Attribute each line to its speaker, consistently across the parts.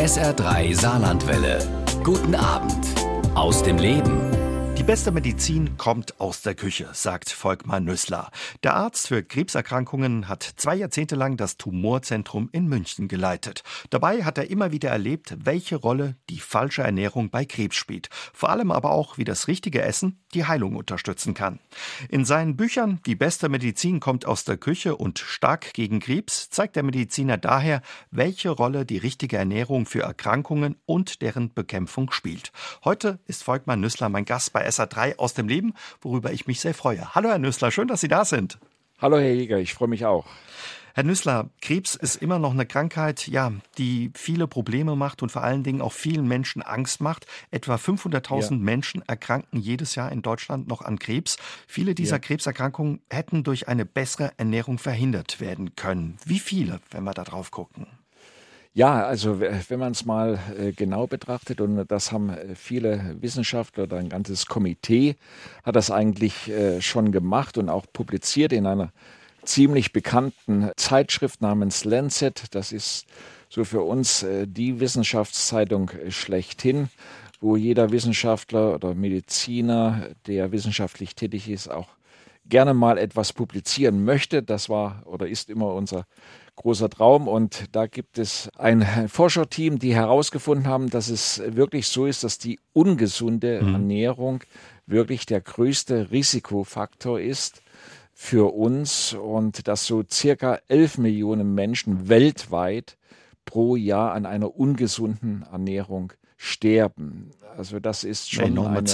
Speaker 1: SR3 Saarlandwelle. Guten Abend aus dem Leben.
Speaker 2: Die beste Medizin kommt aus der Küche, sagt Volkmar Nüssler. Der Arzt für Krebserkrankungen hat 2 Jahrzehnte lang das Tumorzentrum in München geleitet. Dabei hat er immer wieder erlebt, welche Rolle die falsche Ernährung bei Krebs spielt. Vor allem aber auch, wie das richtige Essen die Heilung unterstützen kann. In seinen Büchern Die beste Medizin kommt aus der Küche und Stark gegen Krebs zeigt der Mediziner daher, welche Rolle die richtige Ernährung für Erkrankungen und deren Bekämpfung spielt. Heute ist Volkmar Nüssler mein Gast bei SR3 aus dem Leben, worüber ich mich sehr freue. Hallo Herr Nüssler, schön, dass Sie da sind.
Speaker 3: Hallo Herr Jäger, ich freue mich auch.
Speaker 2: Herr Nüssler, Krebs ist immer noch eine Krankheit, die viele Probleme macht und vor allen Dingen auch vielen Menschen Angst macht. Etwa 500.000 Menschen erkranken jedes Jahr in Deutschland noch an Krebs. Viele dieser Krebserkrankungen hätten durch eine bessere Ernährung verhindert werden können. Wie viele, wenn wir da drauf gucken?
Speaker 3: Ja, also wenn man es mal genau betrachtet, und das haben viele Wissenschaftler oder ein ganzes Komitee hat das eigentlich schon gemacht und auch publiziert in einer ziemlich bekannten Zeitschrift namens Lancet. Das ist so für uns die Wissenschaftszeitung schlechthin, wo jeder Wissenschaftler oder Mediziner, der wissenschaftlich tätig ist, auch gerne mal etwas publizieren möchte. Das war oder ist immer unser großer Traum. Und da gibt es ein Forscherteam, die herausgefunden haben, dass es wirklich so ist, dass die ungesunde Ernährung wirklich der größte Risikofaktor ist für uns und dass so circa 11 Millionen Menschen weltweit pro Jahr an einer ungesunden Ernährung sterben. Also das ist schon eine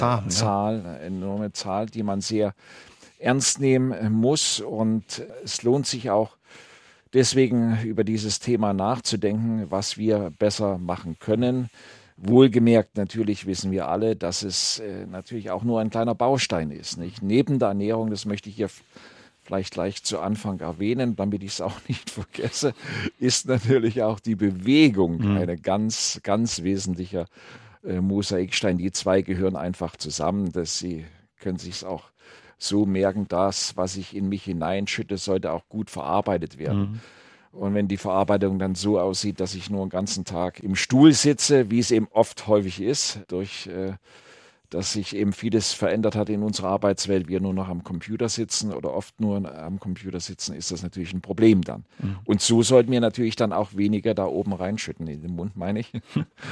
Speaker 3: enorme Zahl, die man sehr ernst nehmen muss, und es lohnt sich auch deswegen über dieses Thema nachzudenken, was wir besser machen können. Wohlgemerkt, natürlich wissen wir alle, dass es natürlich auch nur ein kleiner Baustein ist, nicht? Neben der Ernährung, das möchte ich hier vielleicht gleich zu Anfang erwähnen, damit ich es auch nicht vergesse, ist natürlich auch die Bewegung eine ganz, ganz wesentlicher Mosaikstein. Die zwei gehören einfach zusammen, dass Sie können sich es auch so merken, das, was ich in mich hineinschütte, sollte auch gut verarbeitet werden. Und wenn die Verarbeitung dann so aussieht, dass ich nur den ganzen Tag im Stuhl sitze, wie es eben oft häufig ist, durch dass sich eben vieles verändert hat in unserer Arbeitswelt, wir nur noch am Computer sitzen oder oft nur am Computer sitzen, ist das natürlich ein Problem dann. Und so sollten wir natürlich dann auch weniger da oben reinschütten, in den Mund meine ich,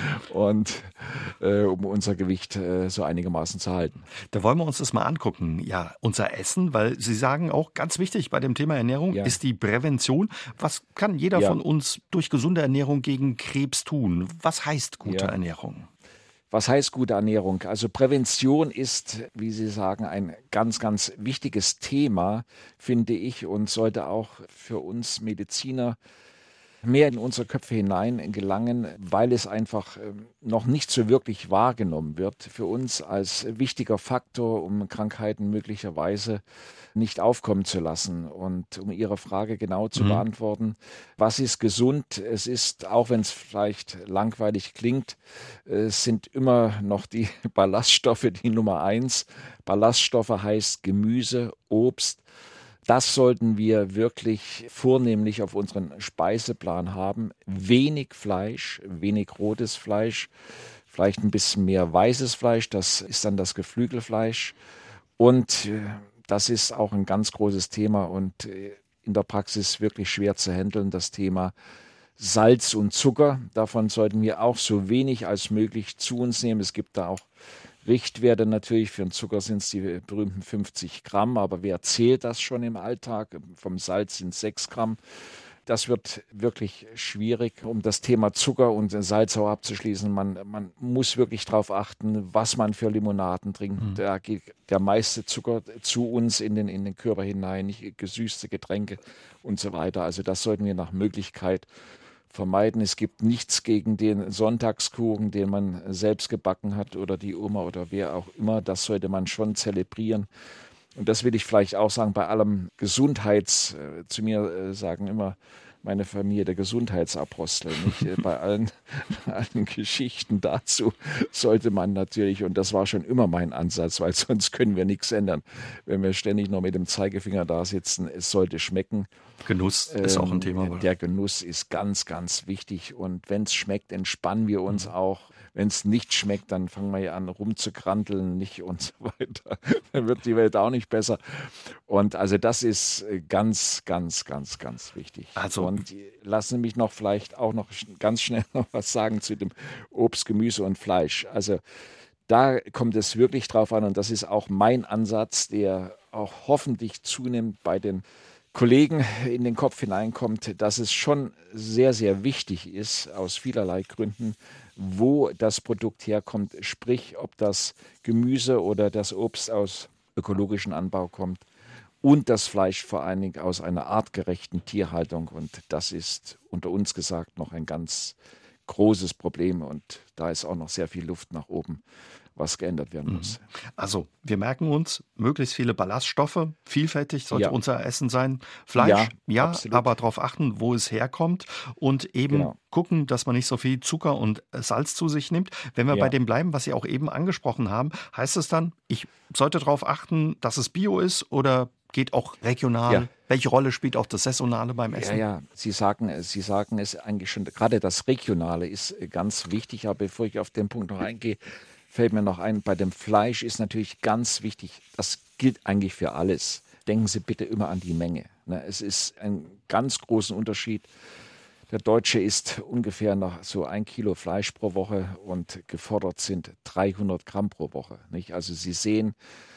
Speaker 3: und um unser Gewicht so einigermaßen zu halten.
Speaker 2: Da wollen wir uns das mal angucken. Ja, unser Essen, weil Sie sagen auch, ganz wichtig bei dem Thema Ernährung ist die Prävention. Was kann jeder von uns durch gesunde Ernährung gegen Krebs tun? Was heißt gute Ernährung?
Speaker 3: Was heißt gute Ernährung? Also Prävention ist, wie Sie sagen, ein ganz, ganz wichtiges Thema, finde ich, und sollte auch für uns Mediziner mehr in unsere Köpfe hinein gelangen, weil es einfach noch nicht so wirklich wahrgenommen wird für uns als wichtiger Faktor, um Krankheiten möglicherweise nicht aufkommen zu lassen. Und um Ihre Frage genau zu beantworten, was ist gesund? Es ist, auch wenn es vielleicht langweilig klingt, es sind immer noch die Ballaststoffe die Nummer 1. Ballaststoffe heißt Gemüse, Obst. Das sollten wir wirklich vornehmlich auf unseren Speiseplan haben. Wenig Fleisch, wenig rotes Fleisch, vielleicht ein bisschen mehr weißes Fleisch, das ist dann das Geflügelfleisch. Und das ist auch ein ganz großes Thema und in der Praxis wirklich schwer zu handeln, das Thema Salz und Zucker. Davon sollten wir auch so wenig als möglich zu uns nehmen. Es gibt da auch Richtwerte natürlich. Für den Zucker sind es die berühmten 50 Gramm, aber wer zählt das schon im Alltag? Vom Salz sind es 6 Gramm. Das wird wirklich schwierig, um das Thema Zucker und Salz auch abzuschließen. Man muss wirklich darauf achten, was man für Limonaden trinkt. Da geht der meiste Zucker zu uns in den Körper hinein, nicht gesüßte Getränke und so weiter. Also das sollten wir nach Möglichkeit vermeiden. Es gibt nichts gegen den Sonntagskuchen, den man selbst gebacken hat oder die Oma oder wer auch immer. Das sollte man schon zelebrieren. Und das will ich vielleicht auch sagen, bei allem zu mir sagen immer meine Familie der Gesundheitsapostel. Nicht? Bei allen Geschichten dazu sollte man natürlich, und das war schon immer mein Ansatz, weil sonst können wir nichts ändern, wenn wir ständig noch mit dem Zeigefinger da sitzen, es sollte schmecken.
Speaker 2: Genuss ist auch ein Thema. Oder?
Speaker 3: Der Genuss ist ganz, ganz wichtig. Und wenn es schmeckt, entspannen wir uns auch. Wenn es nicht schmeckt, dann fangen wir ja an rumzukranteln, nicht und so weiter. Dann wird die Welt auch nicht besser. Und also das ist ganz, ganz, ganz, ganz wichtig.
Speaker 2: Also,
Speaker 3: und lassen Sie mich noch vielleicht auch noch ganz schnell noch was sagen zu dem Obst, Gemüse und Fleisch. Also da kommt es wirklich drauf an und das ist auch mein Ansatz, der auch hoffentlich zunehmend bei den Kollegen in den Kopf hineinkommt, dass es schon sehr, sehr wichtig ist, aus vielerlei Gründen, wo das Produkt herkommt, sprich, ob das Gemüse oder das Obst aus ökologischen Anbau kommt und das Fleisch vor allen Dingen aus einer artgerechten Tierhaltung. Und das ist unter uns gesagt noch ein ganz großes Problem und da ist auch noch sehr viel Luft nach oben, was geändert werden muss.
Speaker 2: Also wir merken uns, möglichst viele Ballaststoffe, vielfältig sollte unser Essen sein. Fleisch, aber darauf achten, wo es herkommt und eben gucken, dass man nicht so viel Zucker und Salz zu sich nimmt. Wenn wir bei dem bleiben, was Sie auch eben angesprochen haben, heißt es dann, ich sollte darauf achten, dass es Bio ist oder geht auch regional? Ja. Welche Rolle spielt auch das Saisonale beim Essen?
Speaker 3: Ja, Sie sagen es eigentlich schon, gerade das Regionale ist ganz wichtig, aber bevor ich auf den Punkt noch eingehe, fällt mir noch ein, bei dem Fleisch ist natürlich ganz wichtig, das gilt eigentlich für alles. Denken Sie bitte immer an die Menge. Es ist ein ganz großen Unterschied. Der Deutsche isst ungefähr noch so 1 Kilo Fleisch pro Woche und gefordert sind 300 Gramm pro Woche. Nicht? Also Sie sehen,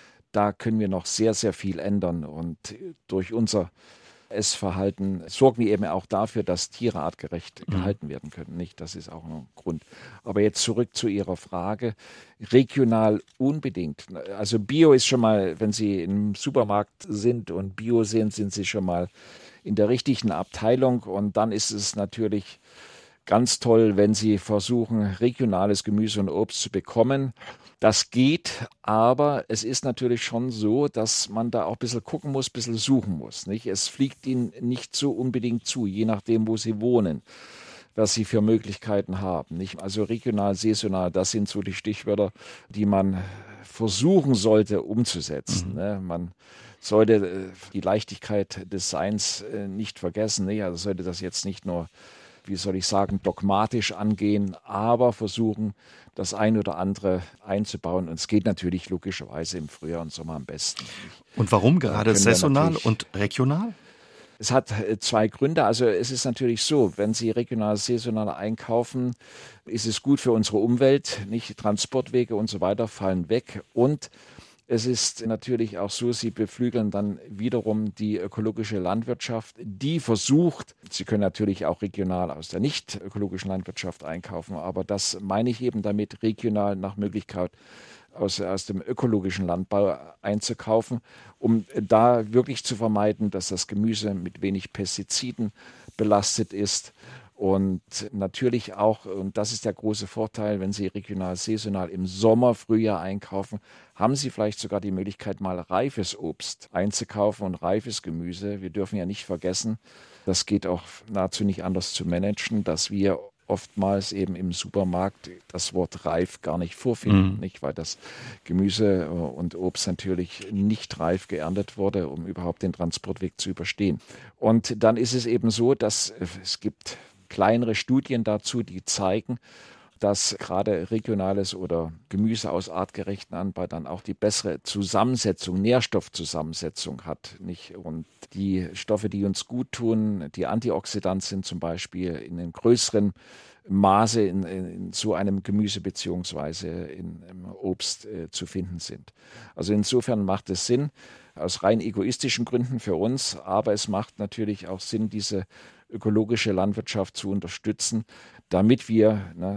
Speaker 3: da können wir noch sehr, sehr viel ändern und durch unser Essverhalten sorgen wir eben auch dafür, dass Tiere artgerecht gehalten werden können. Nicht? Das ist auch ein Grund. Aber jetzt zurück zu Ihrer Frage. Regional unbedingt. Also Bio ist schon mal, wenn Sie im Supermarkt sind und Bio sehen, sind Sie schon mal in der richtigen Abteilung. Und dann ist es natürlich ganz toll, wenn Sie versuchen, regionales Gemüse und Obst zu bekommen. Das geht, aber es ist natürlich schon so, dass man da auch ein bisschen gucken muss, ein bisschen suchen muss. Nicht? Es fliegt Ihnen nicht so unbedingt zu, je nachdem, wo Sie wohnen, was Sie für Möglichkeiten haben. Nicht? Also regional, saisonal, das sind so die Stichwörter, die man versuchen sollte umzusetzen. Ne? Man sollte die Leichtigkeit des Seins nicht vergessen. Nicht? Also sollte das jetzt nicht nur, wie soll ich sagen, dogmatisch angehen, aber versuchen, das ein oder andere einzubauen. Und es geht natürlich logischerweise im Frühjahr und Sommer am besten.
Speaker 2: Und warum gerade saisonal und regional?
Speaker 3: Es hat 2 Gründe. Also es ist natürlich so, wenn Sie regional, saisonal einkaufen, ist es gut für unsere Umwelt. Nicht Transportwege und so weiter fallen weg. Und es ist natürlich auch so, Sie beflügeln dann wiederum die ökologische Landwirtschaft, die versucht, Sie können natürlich auch regional aus der nicht ökologischen Landwirtschaft einkaufen, aber das meine ich eben damit, regional nach Möglichkeit aus dem ökologischen Landbau einzukaufen, um da wirklich zu vermeiden, dass das Gemüse mit wenig Pestiziden belastet ist. Und natürlich auch, und das ist der große Vorteil, wenn Sie regional, saisonal im Sommer, Frühjahr einkaufen, haben Sie vielleicht sogar die Möglichkeit, mal reifes Obst einzukaufen und reifes Gemüse. Wir dürfen ja nicht vergessen, das geht auch nahezu nicht anders zu managen, dass wir oftmals eben im Supermarkt das Wort reif gar nicht vorfinden, nicht? Weil das Gemüse und Obst natürlich nicht reif geerntet wurde, um überhaupt den Transportweg zu überstehen. Und dann ist es eben so, dass es gibt kleinere Studien dazu, die zeigen, dass gerade regionales oder Gemüse aus artgerechten Anbau dann auch die bessere Zusammensetzung, Nährstoffzusammensetzung hat. Nicht? Und die Stoffe, die uns gut tun, die Antioxidantien zum Beispiel in einem größeren Maße in so einem Gemüse beziehungsweise im Obst zu finden sind. Also insofern macht es Sinn, aus rein egoistischen Gründen für uns, aber es macht natürlich auch Sinn, diese ökologische Landwirtschaft zu unterstützen, damit wir,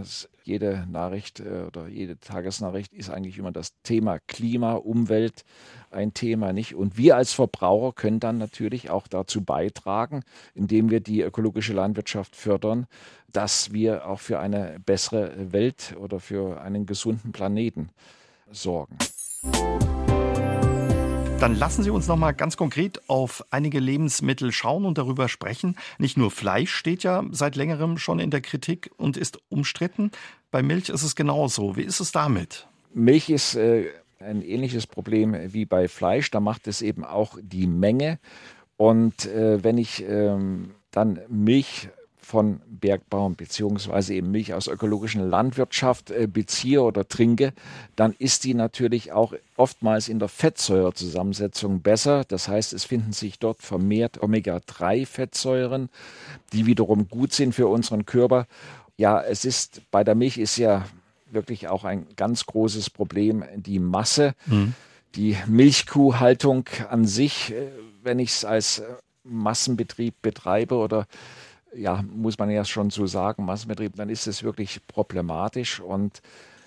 Speaker 3: jede Nachricht oder jede Tagesnachricht ist eigentlich immer das Thema Klima, Umwelt ein Thema, nicht? Und wir als Verbraucher können dann natürlich auch dazu beitragen, indem wir die ökologische Landwirtschaft fördern, dass wir auch für eine bessere Welt oder für einen gesunden Planeten sorgen.
Speaker 2: Dann lassen Sie uns noch mal ganz konkret auf einige Lebensmittel schauen und darüber sprechen. Nicht nur Fleisch steht ja seit längerem schon in der Kritik und ist umstritten. Bei Milch ist es genauso. Wie ist es damit?
Speaker 3: Milch ist ein ähnliches Problem wie bei Fleisch. Da macht es eben auch die Menge. Und wenn ich dann Milch von Bergbauern beziehungsweise eben Milch aus ökologischer Landwirtschaft beziehe oder trinke, dann ist die natürlich auch oftmals in der Fettsäurezusammensetzung besser. Das heißt, es finden sich dort vermehrt Omega-3-Fettsäuren, die wiederum gut sind für unseren Körper. Ja, bei der Milch ist ja wirklich auch ein ganz großes Problem die Masse. Die Milchkuhhaltung an sich, wenn ich es als Massenbetrieb betreibe oder ja, muss man ja schon so sagen, Massenbetrieb, dann ist es wirklich problematisch. Und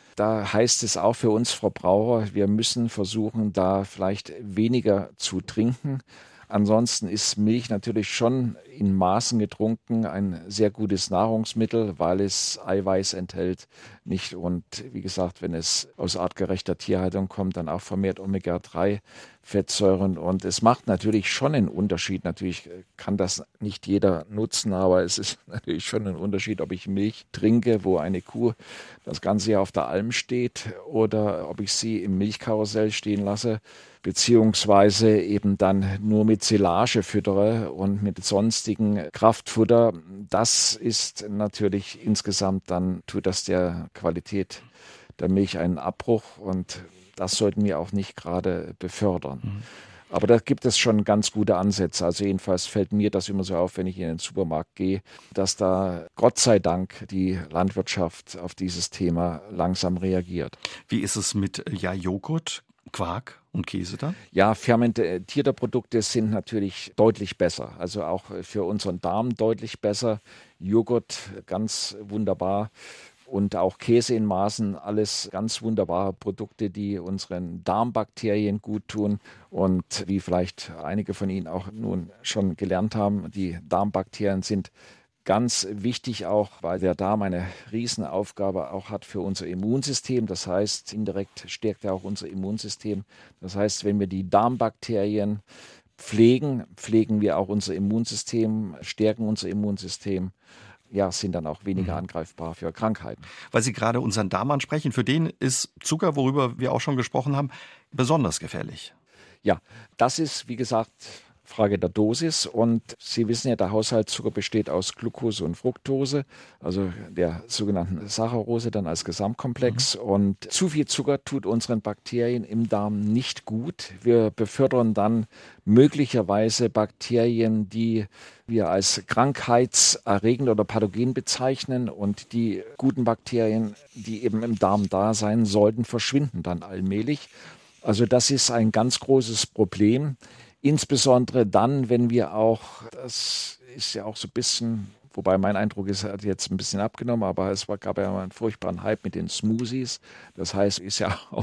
Speaker 3: da heißt es auch für uns Verbraucher, wir müssen versuchen, da vielleicht weniger zu trinken. Ansonsten ist Milch natürlich schon in Maßen getrunken ein sehr gutes Nahrungsmittel, weil es Eiweiß enthält, nicht. Und wie gesagt, wenn es aus artgerechter Tierhaltung kommt, dann auch vermehrt Omega-3-Fettsäuren. Und es macht natürlich schon einen Unterschied. Natürlich kann das nicht jeder nutzen, aber es ist natürlich schon ein Unterschied, ob ich Milch trinke, wo eine Kuh das ganze Jahr auf der Alm steht, oder ob ich sie im Milchkarussell stehen lasse, beziehungsweise eben dann nur mit Silage füttere und mit sonstigen Kraftfutter. Das ist natürlich insgesamt, dann tut das der Qualität der Milch einen Abbruch, und das sollten wir auch nicht gerade befördern. Aber da gibt es schon ganz gute Ansätze. Also jedenfalls fällt mir das immer so auf, wenn ich in den Supermarkt gehe, dass da Gott sei Dank die Landwirtschaft auf dieses Thema langsam reagiert.
Speaker 2: Wie ist es mit Joghurt, Quark und Käse dann? Ja,
Speaker 3: fermentierte Produkte sind natürlich deutlich besser. Also auch für unseren Darm deutlich besser. Joghurt ganz wunderbar. Und auch Käse in Maßen, alles ganz wunderbare Produkte, die unseren Darmbakterien gut tun. Und wie vielleicht einige von Ihnen auch nun schon gelernt haben, die Darmbakterien sind ganz wichtig auch, weil der Darm eine Riesenaufgabe auch hat für unser Immunsystem. Das heißt, indirekt stärkt er auch unser Immunsystem. Das heißt, wenn wir die Darmbakterien pflegen wir auch unser Immunsystem, stärken unser Immunsystem. Ja, sind dann auch weniger angreifbar für Krankheiten.
Speaker 2: Weil Sie gerade unseren Darm ansprechen, für den ist Zucker, worüber wir auch schon gesprochen haben, besonders gefährlich.
Speaker 3: Ja, das ist, wie gesagt, Frage der Dosis. Und Sie wissen ja, der Haushaltszucker besteht aus Glucose und Fructose, also der sogenannten Saccharose dann als Gesamtkomplex. Und zu viel Zucker tut unseren Bakterien im Darm nicht gut. Wir befördern dann möglicherweise Bakterien, die wir als krankheitserregend oder pathogen bezeichnen, und die guten Bakterien, die eben im Darm da sein sollten, verschwinden dann allmählich. Also das ist ein ganz großes Problem. Insbesondere dann, wenn wir auch, das ist ja auch so ein bisschen, wobei mein Eindruck ist, er hat jetzt ein bisschen abgenommen, aber gab ja mal einen furchtbaren Hype mit den Smoothies. Das heißt, ist ja auch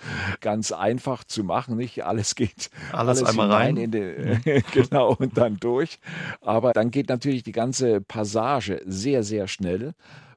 Speaker 3: ganz einfach zu machen, nicht? Alles geht
Speaker 2: alles einmal rein
Speaker 3: in den, genau, und dann durch. Aber dann geht natürlich die ganze Passage sehr, sehr schnell.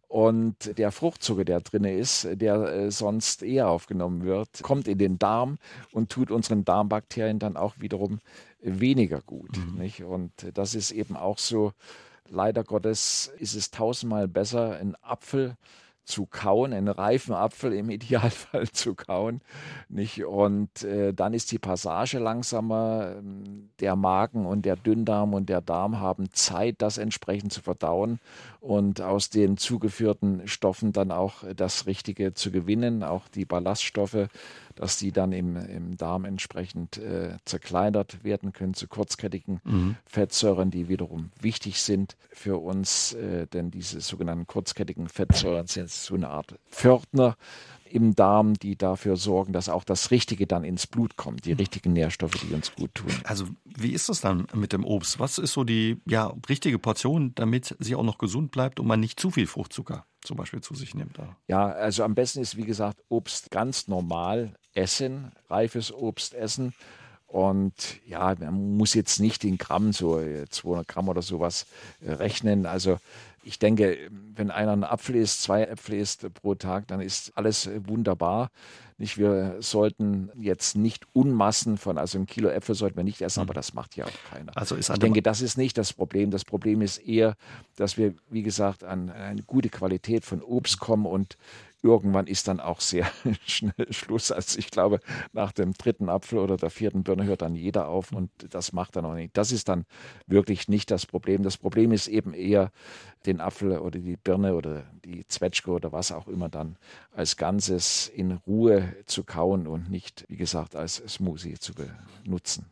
Speaker 3: Und der Fruchtzucker, der drin ist, der sonst eher aufgenommen wird, kommt in den Darm und tut unseren Darmbakterien dann auch wiederum weniger gut. Nicht? Und das ist eben auch so, leider Gottes ist es 1000-mal besser, einen Apfel zu kauen, einen reifen Apfel im Idealfall zu kauen, nicht? Und dann ist die Passage langsamer. Der Magen und der Dünndarm und der Darm haben Zeit, das entsprechend zu verdauen und aus den zugeführten Stoffen dann auch das Richtige zu gewinnen, auch die Ballaststoffe, dass die dann im Darm entsprechend zerkleinert werden können zu kurzkettigen Fettsäuren, die wiederum wichtig sind für uns, denn diese sogenannten kurzkettigen Fettsäuren sind so eine Art Pförtner im Darm, die dafür sorgen, dass auch das Richtige dann ins Blut kommt, die richtigen Nährstoffe, die uns gut tun.
Speaker 2: Also wie ist das dann mit dem Obst? Was ist so die richtige Portion, damit sie auch noch gesund bleibt und man nicht zu viel Fruchtzucker zum Beispiel zu sich nimmt?
Speaker 3: Ja, also am besten ist, wie gesagt, Obst ganz normal essen, reifes Obst essen. Und ja, man muss jetzt nicht in Gramm, so 200 Gramm oder sowas rechnen. Also ich denke, wenn einer einen Apfel isst, 2 Äpfel isst pro Tag, dann ist alles wunderbar. Nicht, wir sollten jetzt nicht Unmassen von, also 1 Kilo Äpfel sollten wir nicht essen, aber das macht ja auch keiner.
Speaker 2: Also
Speaker 3: ich denke, das ist nicht das Problem. Das Problem ist eher, dass wir, wie gesagt, an eine gute Qualität von Obst kommen und irgendwann ist dann auch sehr schnell Schluss. Also ich glaube, nach dem 3. Apfel oder der 4. Birne hört dann jeder auf und das macht dann auch nicht. Das ist dann wirklich nicht das Problem. Das Problem ist eben eher, den Apfel oder die Birne oder die Zwetschge oder was auch immer dann als Ganzes in Ruhe zu kauen und nicht, wie gesagt, als Smoothie zu benutzen.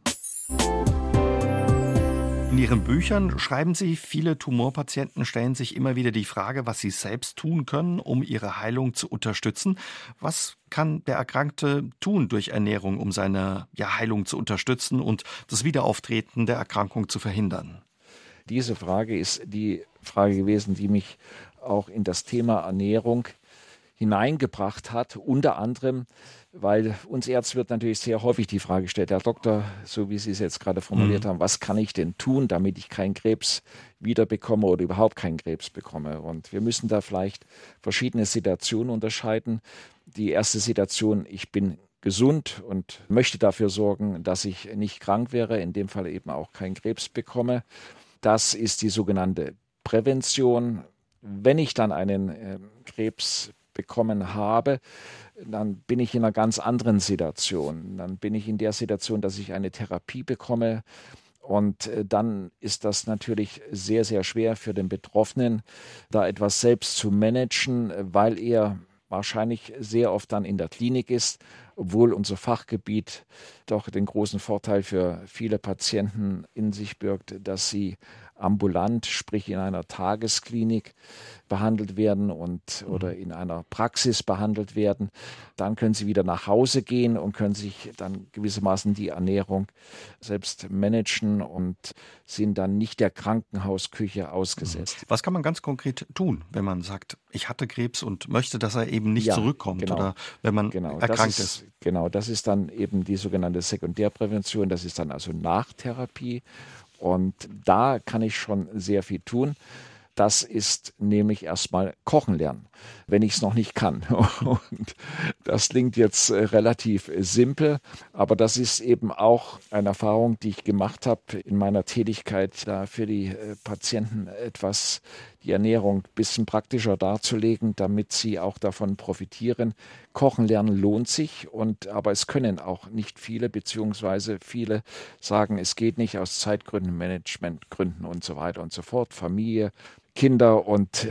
Speaker 2: In Ihren Büchern schreiben Sie, viele Tumorpatienten stellen sich immer wieder die Frage, was sie selbst tun können, um ihre Heilung zu unterstützen. Was kann der Erkrankte tun durch Ernährung, um seine Heilung zu unterstützen und das Wiederauftreten der Erkrankung zu verhindern?
Speaker 3: Diese Frage ist die Frage gewesen, die mich auch in das Thema Ernährung hineingebracht hat, unter anderem, weil uns Ärzten wird natürlich sehr häufig die Frage gestellt, Herr Doktor, so wie Sie es jetzt gerade formuliert haben, was kann ich denn tun, damit ich keinen Krebs wiederbekomme oder überhaupt keinen Krebs bekomme? Und wir müssen da vielleicht verschiedene Situationen unterscheiden. Die erste Situation, ich bin gesund und möchte dafür sorgen, dass ich nicht krank wäre, in dem Fall eben auch keinen Krebs bekomme. Das ist die sogenannte Prävention. Wenn ich dann einen Krebs bekommen habe, dann bin ich in einer ganz anderen Situation. Dann bin ich in der Situation, dass ich eine Therapie bekomme. Und dann ist das natürlich sehr, sehr schwer für den Betroffenen, da etwas selbst zu managen, weil er wahrscheinlich sehr oft dann in der Klinik ist, obwohl unser Fachgebiet doch den großen Vorteil für viele Patienten in sich birgt, dass sie ambulant, sprich in einer Tagesklinik behandelt werden oder in einer Praxis behandelt werden. Dann können sie wieder nach Hause gehen und können sich dann gewissermaßen die Ernährung selbst managen und sind dann nicht der Krankenhausküche ausgesetzt.
Speaker 2: Was kann man ganz konkret tun, wenn man sagt, ich hatte Krebs und möchte, dass er eben nicht zurückkommt,
Speaker 3: genau,
Speaker 2: oder wenn man erkrankt ist?
Speaker 3: Genau, das ist dann eben die sogenannte Sekundärprävention, das ist dann also Nachtherapie. Und da kann ich schon sehr viel tun. Das ist nämlich erstmal kochen lernen, wenn ich es noch nicht kann. Und das klingt jetzt relativ simpel, aber das ist eben auch eine Erfahrung, die ich gemacht habe in meiner Tätigkeit, da für die Patienten etwas die Ernährung ein bisschen praktischer darzulegen, damit sie auch davon profitieren. Kochen lernen lohnt sich, aber es können auch nicht viele, beziehungsweise viele sagen, es geht nicht aus Zeitgründen, Managementgründen und so weiter und so fort, Familie, Kinder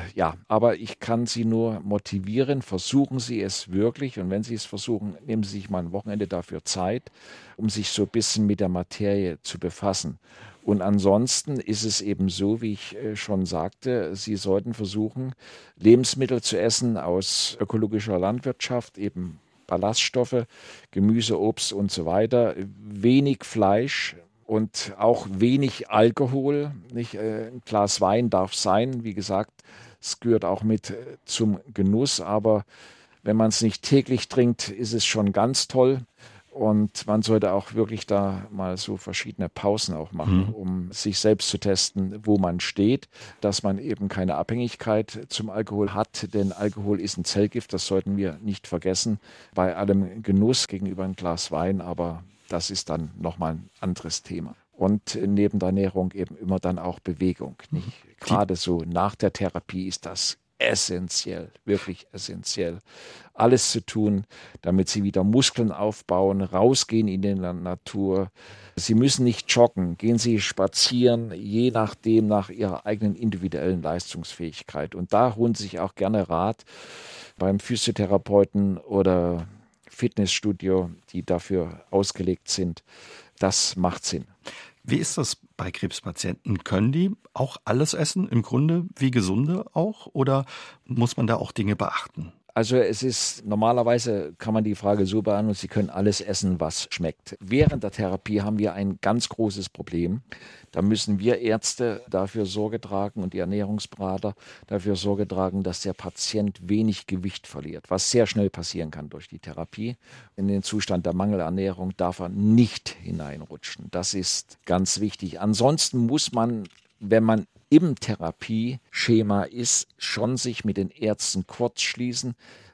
Speaker 3: aber ich kann Sie nur motivieren, versuchen Sie es wirklich und wenn Sie es versuchen, nehmen Sie sich mal ein Wochenende dafür Zeit, um sich so ein bisschen mit der Materie zu befassen. Und ansonsten ist es eben so, wie ich schon sagte, Sie sollten versuchen, Lebensmittel zu essen aus ökologischer Landwirtschaft, eben Ballaststoffe, Gemüse, Obst und so weiter, wenig Fleisch und auch wenig Alkohol. Nicht? Ein Glas Wein darf sein, wie gesagt, es gehört auch mit zum Genuss, aber wenn man es nicht täglich trinkt, ist es schon ganz toll. Und man sollte auch wirklich da mal so verschiedene Pausen auch machen, um sich selbst zu testen, wo man steht, dass man eben keine Abhängigkeit zum Alkohol hat. Denn Alkohol ist ein Zellgift, das sollten wir nicht vergessen. Bei allem Genuss gegenüber ein Glas Wein, aber das ist dann nochmal ein anderes Thema. Und neben der Ernährung eben immer dann auch Bewegung. Nicht? Gerade so nach der Therapie ist das essentiell, wirklich essentiell, alles zu tun, damit sie wieder Muskeln aufbauen, rausgehen in die Natur. Sie müssen nicht joggen, gehen Sie spazieren, je nachdem nach Ihrer eigenen individuellen Leistungsfähigkeit. Und da holen Sie sich auch gerne Rat beim Physiotherapeuten oder Fitnessstudio, die dafür ausgelegt sind. Das macht Sinn.
Speaker 2: Wie ist das bei Krebspatienten? Können die auch alles essen, im Grunde wie Gesunde auch? Oder muss man da auch Dinge beachten?
Speaker 3: Also normalerweise kann man die Frage so beantworten, Sie können alles essen, was schmeckt. Während der Therapie haben wir ein ganz großes Problem. Da müssen wir Ärzte dafür Sorge tragen und die Ernährungsberater dafür Sorge tragen, dass der Patient wenig Gewicht verliert, was sehr schnell passieren kann durch die Therapie. In den Zustand der Mangelernährung darf er nicht hineinrutschen. Das ist ganz wichtig. Ansonsten muss man, wenn man im Therapieschema ist, schon sich mit den Ärzten kurz schließen,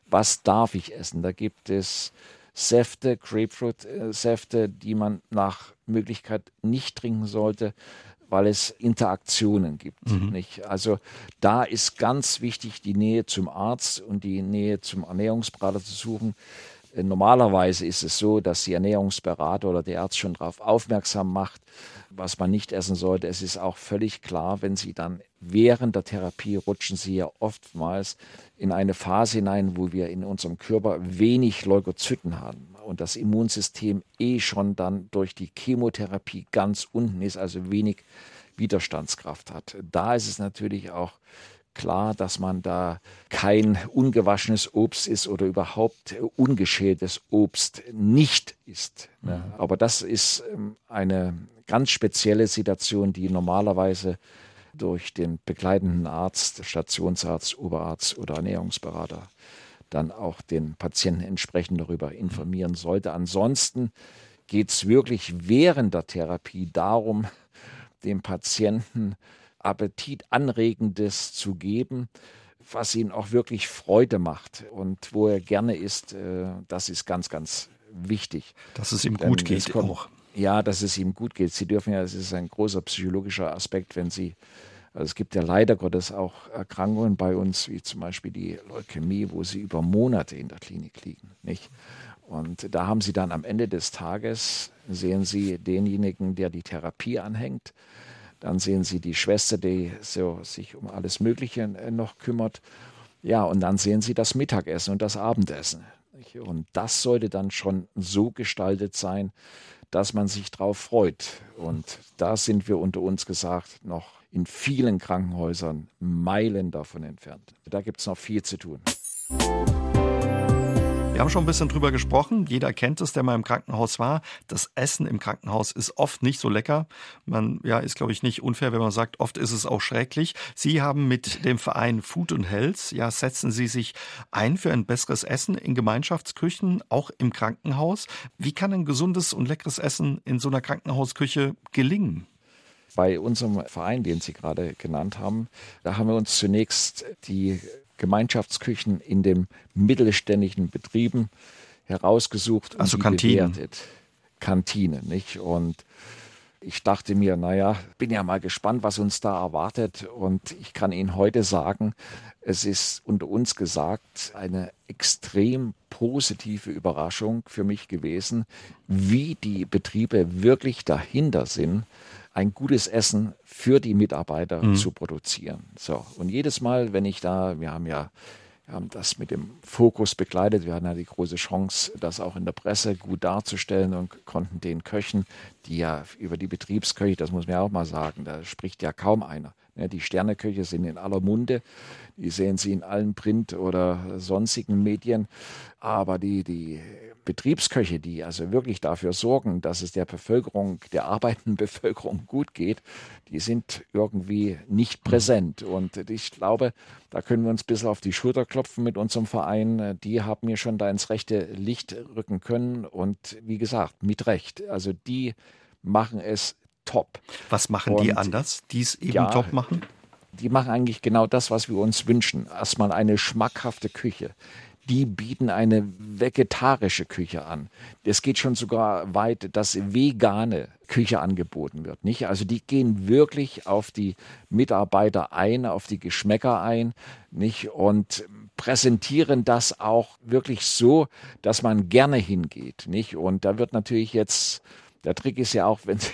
Speaker 3: was darf ich essen? Da gibt es Säfte, Grapefruit-Säfte, die man nach Möglichkeit nicht trinken sollte, weil es Interaktionen gibt. Nicht? Also da ist ganz wichtig, die Nähe zum Arzt und die Nähe zum Ernährungsberater zu suchen. Normalerweise ist es so, dass die Ernährungsberater oder der Arzt schon darauf aufmerksam macht, was man nicht essen sollte. Es ist auch völlig klar, wenn Sie dann während der Therapie rutschen Sie ja oftmals in eine Phase hinein, wo wir in unserem Körper wenig Leukozyten haben und das Immunsystem schon dann durch die Chemotherapie ganz unten ist, also wenig Widerstandskraft hat. Da ist es natürlich auch klar, dass man da kein ungewaschenes Obst isst oder überhaupt ungeschältes Obst nicht isst. Ne? Aber das ist eine ganz spezielle Situation, die normalerweise durch den begleitenden Arzt, Stationsarzt, Oberarzt oder Ernährungsberater dann auch den Patienten entsprechend darüber informieren sollte. Ansonsten geht es wirklich während der Therapie darum, dem Patienten Appetitanregendes zu geben, was ihm auch wirklich Freude macht und wo er gerne isst. Das ist ganz, ganz wichtig.
Speaker 2: Dass es ihm gut geht auch.
Speaker 3: Ja, dass es ihm gut geht. Sie dürfen ja, es ist ein großer psychologischer Aspekt, wenn Sie, also es gibt ja leider Gottes auch Erkrankungen bei uns, wie zum Beispiel die Leukämie, wo Sie über Monate in der Klinik liegen, nicht? Und da haben Sie dann am Ende des Tages, sehen Sie denjenigen, der die Therapie anhängt, dann sehen Sie die Schwester, die so sich um alles Mögliche noch kümmert. Ja, und dann sehen Sie das Mittagessen und das Abendessen. Und das sollte dann schon so gestaltet sein, dass man sich drauf freut. Und da sind wir unter uns gesagt noch in vielen Krankenhäusern Meilen davon entfernt. Da gibt es noch viel zu tun.
Speaker 2: Wir haben schon ein bisschen drüber gesprochen. Jeder kennt es, der mal im Krankenhaus war. Das Essen im Krankenhaus ist oft nicht so lecker. Ist, glaube ich, nicht unfair, wenn man sagt, oft ist es auch schrecklich. Sie haben mit dem Verein Food and Health, setzen Sie sich ein für ein besseres Essen in Gemeinschaftsküchen, auch im Krankenhaus. Wie kann ein gesundes und leckeres Essen in so einer Krankenhausküche gelingen?
Speaker 3: Bei unserem Verein, den Sie gerade genannt haben, da haben wir uns zunächst die Gemeinschaftsküchen in den mittelständischen Betrieben herausgesucht und
Speaker 2: also
Speaker 3: die
Speaker 2: Kantinen.
Speaker 3: Bewertet. Kantine, nicht? Und ich dachte mir, bin ja mal gespannt, was uns da erwartet. Und ich kann Ihnen heute sagen, es ist unter uns gesagt eine extrem positive Überraschung für mich gewesen, wie die Betriebe wirklich dahinter sind, ein gutes Essen für die Mitarbeiter zu produzieren. So, und jedes Mal, wenn ich da, wir haben das mit dem Fokus begleitet, wir hatten ja die große Chance, das auch in der Presse gut darzustellen und konnten den Köchen, die ja über die Betriebsköche, das muss man ja auch mal sagen, da spricht ja kaum einer. Die Sterneköche sind in aller Munde, die sehen Sie in allen Print- oder sonstigen Medien, aber die Betriebsköche, die also wirklich dafür sorgen, dass es der arbeitenden Bevölkerung gut geht, die sind irgendwie nicht präsent. Und ich glaube, da können wir uns ein bisschen auf die Schulter klopfen mit unserem Verein. Die haben mir schon da ins rechte Licht rücken können und wie gesagt, mit Recht. Also die machen es top.
Speaker 2: Was machen die anders, die es eben top machen?
Speaker 3: Die machen eigentlich genau das, was wir uns wünschen. Erstmal eine schmackhafte Küche. Die bieten eine vegetarische Küche an. Es geht schon sogar weit, dass vegane Küche angeboten wird, nicht? Also die gehen wirklich auf die Mitarbeiter ein, auf die Geschmäcker ein, nicht? Und präsentieren das auch wirklich so, dass man gerne hingeht, nicht? Und da wird natürlich jetzt, der Trick ist ja auch, wenn Sie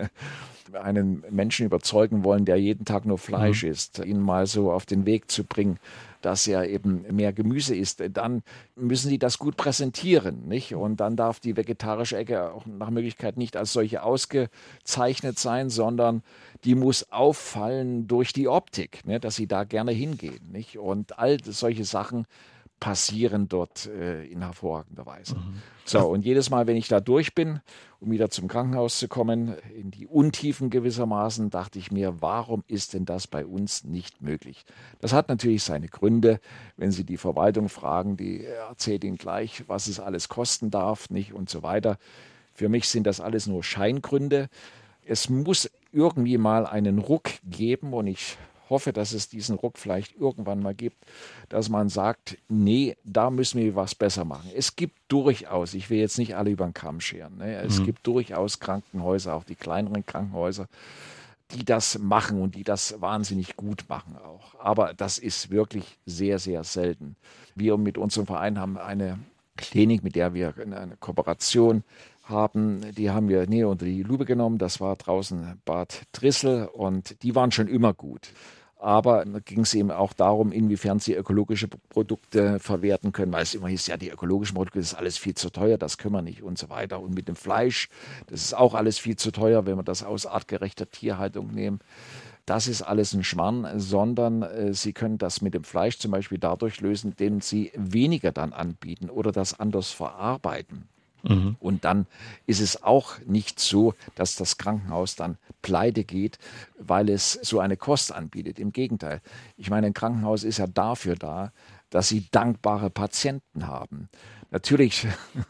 Speaker 3: einen Menschen überzeugen wollen, der jeden Tag nur Fleisch isst, ihn mal so auf den Weg zu bringen, dass er eben mehr Gemüse isst, dann müssen die das gut präsentieren, nicht? Und dann darf die vegetarische Ecke auch nach Möglichkeit nicht als solche ausgezeichnet sein, sondern die muss auffallen durch die Optik, ne? Dass sie da gerne hingehen, nicht? Und all solche Sachen passieren dort in hervorragender Weise. So, und jedes Mal, wenn ich da durch bin, um wieder zum Krankenhaus zu kommen, in die Untiefen gewissermaßen, dachte ich mir, warum ist denn das bei uns nicht möglich? Das hat natürlich seine Gründe. Wenn Sie die Verwaltung fragen, die erzählt Ihnen gleich, was es alles kosten darf, nicht und so weiter. Für mich sind das alles nur Scheingründe. Es muss irgendwie mal einen Ruck geben und ich hoffe, dass es diesen Ruck vielleicht irgendwann mal gibt, dass man sagt, nee, da müssen wir was besser machen. Es gibt durchaus, ich will jetzt nicht alle über den Kamm scheren, ne? Es gibt durchaus Krankenhäuser, auch die kleineren Krankenhäuser, die das machen und die das wahnsinnig gut machen auch. Aber das ist wirklich sehr, sehr selten. Wir mit unserem Verein haben eine Klinik, mit der wir eine Kooperation haben, die haben wir näher unter die Lupe genommen. Das war draußen Bad Trissel und die waren schon immer gut. Aber da ging es eben auch darum, inwiefern sie ökologische Produkte verwerten können, weil es immer hieß, ja, die ökologischen Produkte, das ist alles viel zu teuer, das können wir nicht und so weiter. Und mit dem Fleisch, das ist auch alles viel zu teuer, wenn wir das aus artgerechter Tierhaltung nehmen. Das ist alles ein Schmarrn, sondern Sie können das mit dem Fleisch zum Beispiel dadurch lösen, indem Sie weniger dann anbieten oder das anders verarbeiten. Und dann ist es auch nicht so, dass das Krankenhaus dann pleite geht, weil es so eine Kost anbietet. Im Gegenteil. Ich meine, ein Krankenhaus ist ja dafür da, dass sie dankbare Patienten haben. Natürlich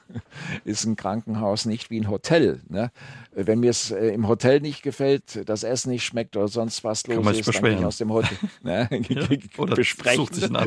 Speaker 3: ist ein Krankenhaus nicht wie ein Hotel. Ne? Wenn mir es im Hotel nicht gefällt, das Essen nicht schmeckt oder sonst was los ist, dann kann ich aus dem Hotel
Speaker 2: oder
Speaker 3: besprechen.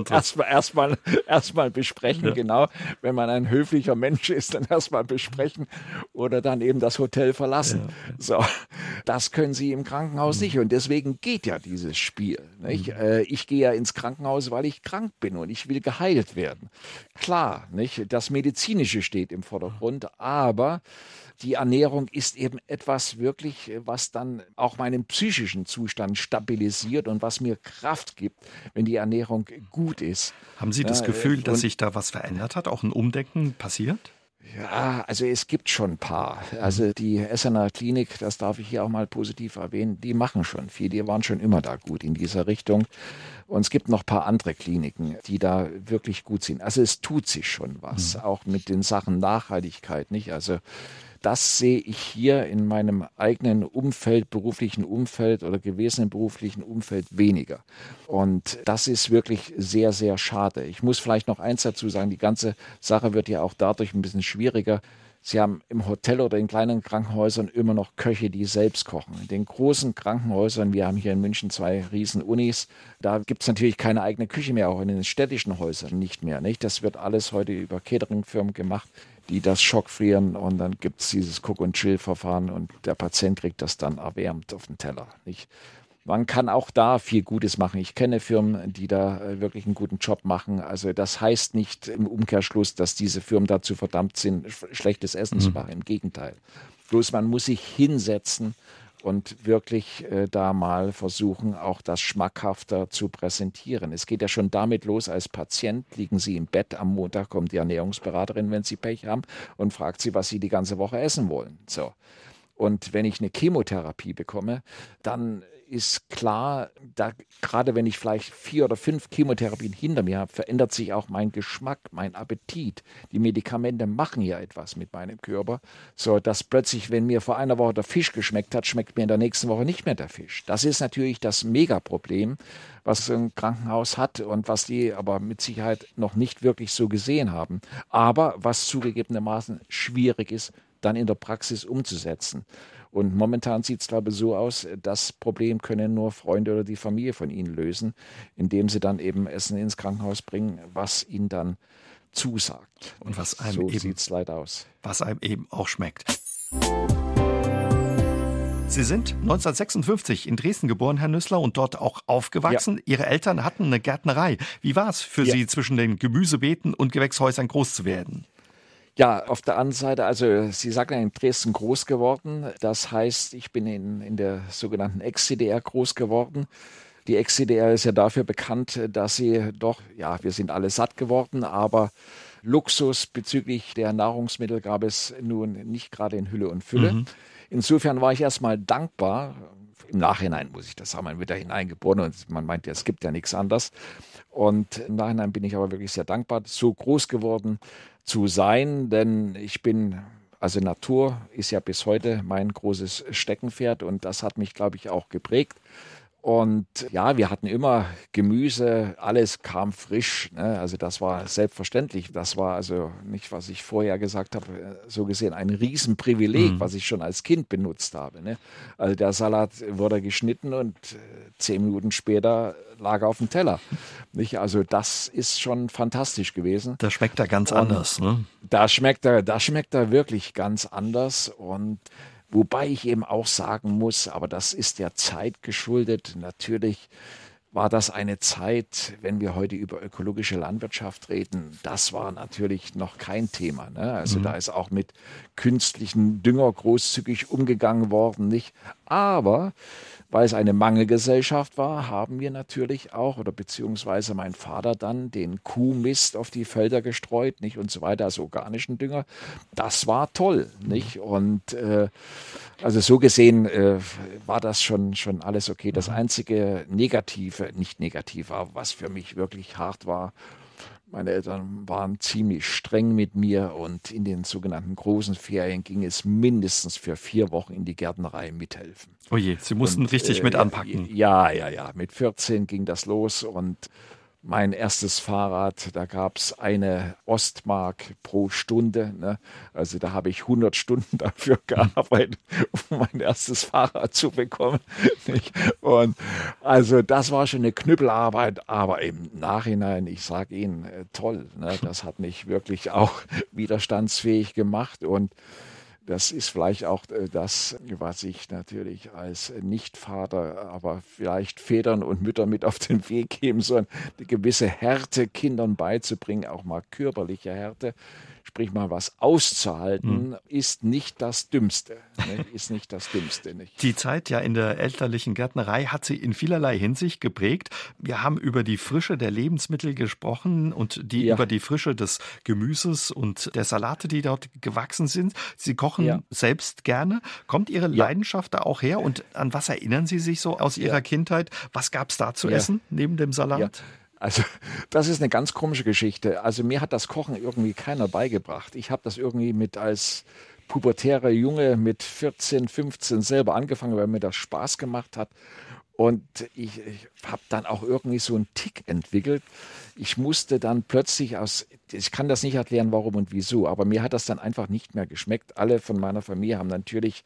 Speaker 3: Erstmal besprechen, genau. Wenn man ein höflicher Mensch ist, dann erstmal besprechen oder dann eben das Hotel verlassen. Ja. So, das können Sie im Krankenhaus nicht und deswegen geht ja dieses Spiel. Nicht? Ich gehe ja ins Krankenhaus, weil ich krank bin und ich will geheilt werden. Klar, nicht? Das Medizinische steht im Vordergrund, aber die Ernährung ist eben etwas wirklich, was dann auch meinen psychischen Zustand stabilisiert und was mir Kraft gibt, wenn die Ernährung gut ist.
Speaker 2: Haben Sie das Gefühl, dass sich da was verändert hat, auch ein Umdenken passiert?
Speaker 3: Ja, also es gibt schon ein paar. Also die Essener Klinik, das darf ich hier auch mal positiv erwähnen, die machen schon viel. Die waren schon immer da gut in dieser Richtung. Und es gibt noch ein paar andere Kliniken, die da wirklich gut sind. Also es tut sich schon was, auch mit den Sachen Nachhaltigkeit, nicht? Also das sehe ich hier in meinem eigenen Umfeld, beruflichen Umfeld oder gewesenen beruflichen Umfeld weniger. Und das ist wirklich sehr, sehr schade. Ich muss vielleicht noch eins dazu sagen, die ganze Sache wird ja auch dadurch ein bisschen schwieriger. Sie haben im Hotel oder in kleinen Krankenhäusern immer noch Köche, die selbst kochen. In den großen Krankenhäusern, wir haben hier in München 2 Riesen-Unis, da gibt es natürlich keine eigene Küche mehr, auch in den städtischen Häusern nicht mehr. Nicht? Das wird alles heute über Catering-Firmen gemacht, die das schockfrieren und dann gibt es dieses Cook-and-Chill-Verfahren und der Patient kriegt das dann erwärmt auf den Teller. Nicht? Man kann auch da viel Gutes machen. Ich kenne Firmen, die da wirklich einen guten Job machen. Also das heißt nicht im Umkehrschluss, dass diese Firmen dazu verdammt sind, schlechtes Essen zu machen. Im Gegenteil. Bloß man muss sich hinsetzen und wirklich da mal versuchen, auch das schmackhafter zu präsentieren. Es geht ja schon damit los, als Patient liegen Sie im Bett, am Montag kommt die Ernährungsberaterin, wenn Sie Pech haben, und fragt Sie, was Sie die ganze Woche essen wollen. So. Und wenn ich eine Chemotherapie bekomme, dann ist klar, da, gerade wenn ich vielleicht 4 oder 5 Chemotherapien hinter mir habe, verändert sich auch mein Geschmack, mein Appetit. Die Medikamente machen ja etwas mit meinem Körper, so dass plötzlich, wenn mir vor einer Woche der Fisch geschmeckt hat, schmeckt mir in der nächsten Woche nicht mehr der Fisch. Das ist natürlich das Megaproblem, was ein Krankenhaus hat und was die aber mit Sicherheit noch nicht wirklich so gesehen haben. Aber was zugegebenermaßen schwierig ist, dann in der Praxis umzusetzen. Und momentan sieht es, glaube ich, so aus, das Problem können nur Freunde oder die Familie von Ihnen lösen, indem sie dann eben Essen ins Krankenhaus bringen, was ihnen dann zusagt.
Speaker 2: Und was einem
Speaker 3: so sieht es leider aus.
Speaker 2: Was einem eben auch schmeckt. Sie sind 1956 in Dresden geboren, Herr Nüssler, und dort auch aufgewachsen. Ja. Ihre Eltern hatten eine Gärtnerei. Wie war es für Sie, zwischen den Gemüsebeeten und Gewächshäusern groß zu werden?
Speaker 3: Ja, auf der anderen Seite, also Sie sagen ja in Dresden groß geworden. Das heißt, ich bin in der sogenannten Ex-CDR groß geworden. Die Ex-CDR ist ja dafür bekannt, dass sie doch, ja, wir sind alle satt geworden, aber Luxus bezüglich der Nahrungsmittel gab es nun nicht gerade in Hülle und Fülle. Insofern war ich erstmal dankbar. Im Nachhinein muss ich das sagen, man wird da hineingeboren und man meint ja, es gibt ja nichts anderes. Und im Nachhinein bin ich aber wirklich sehr dankbar, so groß geworden zu sein, denn also Natur ist ja bis heute mein großes Steckenpferd und das hat mich, glaube ich, auch geprägt. Und ja, wir hatten immer Gemüse, alles kam frisch, ne? Also das war selbstverständlich. Das war also nicht, was ich vorher gesagt habe, so gesehen ein Riesenprivileg, was ich schon als Kind benutzt habe. Ne? Also der Salat wurde geschnitten und 10 Minuten später lag er auf dem Teller. Nicht? Also das ist schon fantastisch gewesen.
Speaker 2: Das schmeckt da ganz anders, ne?
Speaker 3: Da schmeckt er wirklich ganz anders. Und wobei ich eben auch sagen muss, aber das ist der Zeit geschuldet, natürlich war das eine Zeit, wenn wir heute über ökologische Landwirtschaft reden, das war natürlich noch kein Thema. Ne? Also da ist auch mit künstlichen Dünger großzügig umgegangen worden, nicht? Aber weil es eine Mangelgesellschaft war, haben wir natürlich auch, oder beziehungsweise mein Vater dann, den Kuhmist auf die Felder gestreut, nicht, und so weiter, also organischen Dünger. Das war toll, nicht? Und also so gesehen war das schon alles okay. Das einzige Negative, nicht negativ, aber was für mich wirklich hart war, meine Eltern waren ziemlich streng mit mir und in den sogenannten großen Ferien ging es mindestens für 4 Wochen in die Gärtnerei mithelfen.
Speaker 2: Oh je, Sie mussten richtig mit anpacken.
Speaker 3: Ja. Mit 14 ging das los und mein erstes Fahrrad, da gab es eine Ostmark pro Stunde. Ne? Also da habe ich 100 Stunden dafür gearbeitet, um mein erstes Fahrrad zu bekommen. Und also das war schon eine Knüppelarbeit, aber im Nachhinein, ich sage Ihnen, toll. Ne? Das hat mich wirklich auch widerstandsfähig gemacht und das ist vielleicht auch das, was ich natürlich als Nichtvater, aber vielleicht Vätern und Müttern mit auf den Weg geben soll, eine gewisse Härte Kindern beizubringen, auch mal körperliche Härte. Sprich mal, was auszuhalten, ist nicht das Dümmste. Ne? Ist nicht das Dümmste. Nicht?
Speaker 2: Die Zeit ja in der elterlichen Gärtnerei hat Sie in vielerlei Hinsicht geprägt. Wir haben über die Frische der Lebensmittel gesprochen und über die Frische des Gemüses und der Salate, die dort gewachsen sind. Sie kochen selbst gerne. Kommt Ihre Leidenschaft da auch her? Und an was erinnern Sie sich so aus Ihrer Kindheit? Was gab es da zu essen neben dem Salat?
Speaker 3: Ja. Also das ist eine ganz komische Geschichte. Also mir hat das Kochen irgendwie keiner beigebracht. Ich habe das irgendwie als pubertärer Junge mit 14, 15 selber angefangen, weil mir das Spaß gemacht hat. Und ich habe dann auch irgendwie so einen Tick entwickelt. Ich musste dann plötzlich ich kann das nicht erklären, warum und wieso, aber mir hat das dann einfach nicht mehr geschmeckt. Alle von meiner Familie haben natürlich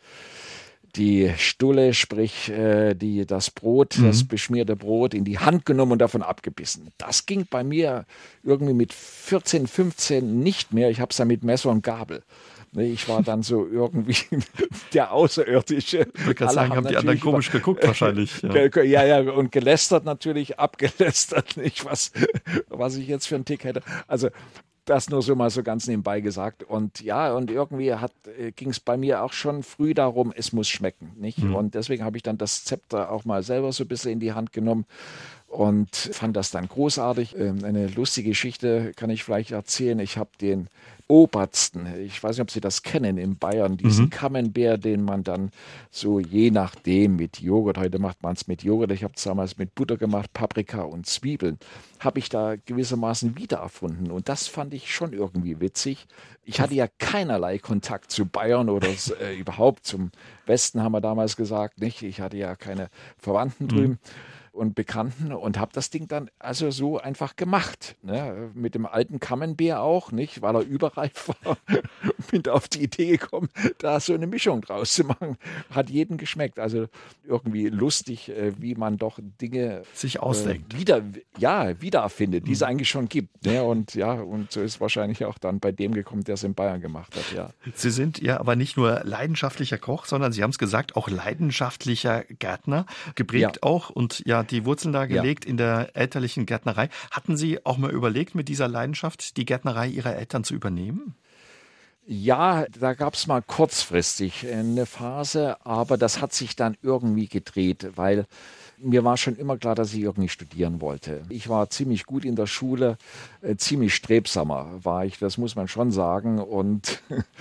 Speaker 3: die Stulle, sprich das Brot, das beschmierte Brot in die Hand genommen und davon abgebissen. Das ging bei mir irgendwie mit 14, 15 nicht mehr. Ich habe es dann mit Messer und Gabel. Ich war dann so irgendwie der Außerirdische.
Speaker 2: Ich würde gerade sagen, haben die anderen komisch geguckt wahrscheinlich.
Speaker 3: Ja, und gelästert natürlich, abgelästert, nicht, was ich jetzt für einen Tick hätte. Also das nur so mal so ganz nebenbei gesagt. Und ja, und irgendwie ging es bei mir auch schon früh darum, es muss schmecken. Nicht? Und deswegen habe ich dann das Zepter auch mal selber so ein bisschen in die Hand genommen und fand das dann großartig. Eine lustige Geschichte kann ich vielleicht erzählen. Ich habe den Obersten, ich weiß nicht, ob Sie das kennen, in Bayern, diesen Camembert, den man dann so je nachdem mit Joghurt, heute macht man es mit Joghurt, ich habe es damals mit Butter gemacht, Paprika und Zwiebeln, habe ich da gewissermaßen wiedererfunden und das fand ich schon irgendwie witzig. Ich hatte ja keinerlei Kontakt zu Bayern oder überhaupt zum Westen, haben wir damals gesagt, nicht? Ich hatte ja keine Verwandten drüben und Bekannten und habe das Ding dann also so einfach gemacht, ne? Mit dem alten Camembert auch, nicht, weil er überreif war. Bin da auf die Idee gekommen, da so eine Mischung draus zu machen. Hat jedem geschmeckt. Also irgendwie lustig, wie man doch Dinge
Speaker 2: sich ausdenkt.
Speaker 3: Wiedererfindet, die es eigentlich schon gibt. Ne? Und so ist wahrscheinlich auch dann bei dem gekommen, der es in Bayern gemacht hat. Ja.
Speaker 2: Sie sind ja aber nicht nur leidenschaftlicher Koch, sondern Sie haben es gesagt, auch leidenschaftlicher Gärtner, geprägt auch und die Wurzeln da gelegt in der elterlichen Gärtnerei. Hatten Sie auch mal überlegt, mit dieser Leidenschaft die Gärtnerei Ihrer Eltern zu übernehmen?
Speaker 3: Ja, da gab es mal kurzfristig eine Phase, aber das hat sich dann irgendwie gedreht, weil mir war schon immer klar, dass ich irgendwie studieren wollte. Ich war ziemlich gut in der Schule, ziemlich strebsamer war ich, das muss man schon sagen. Und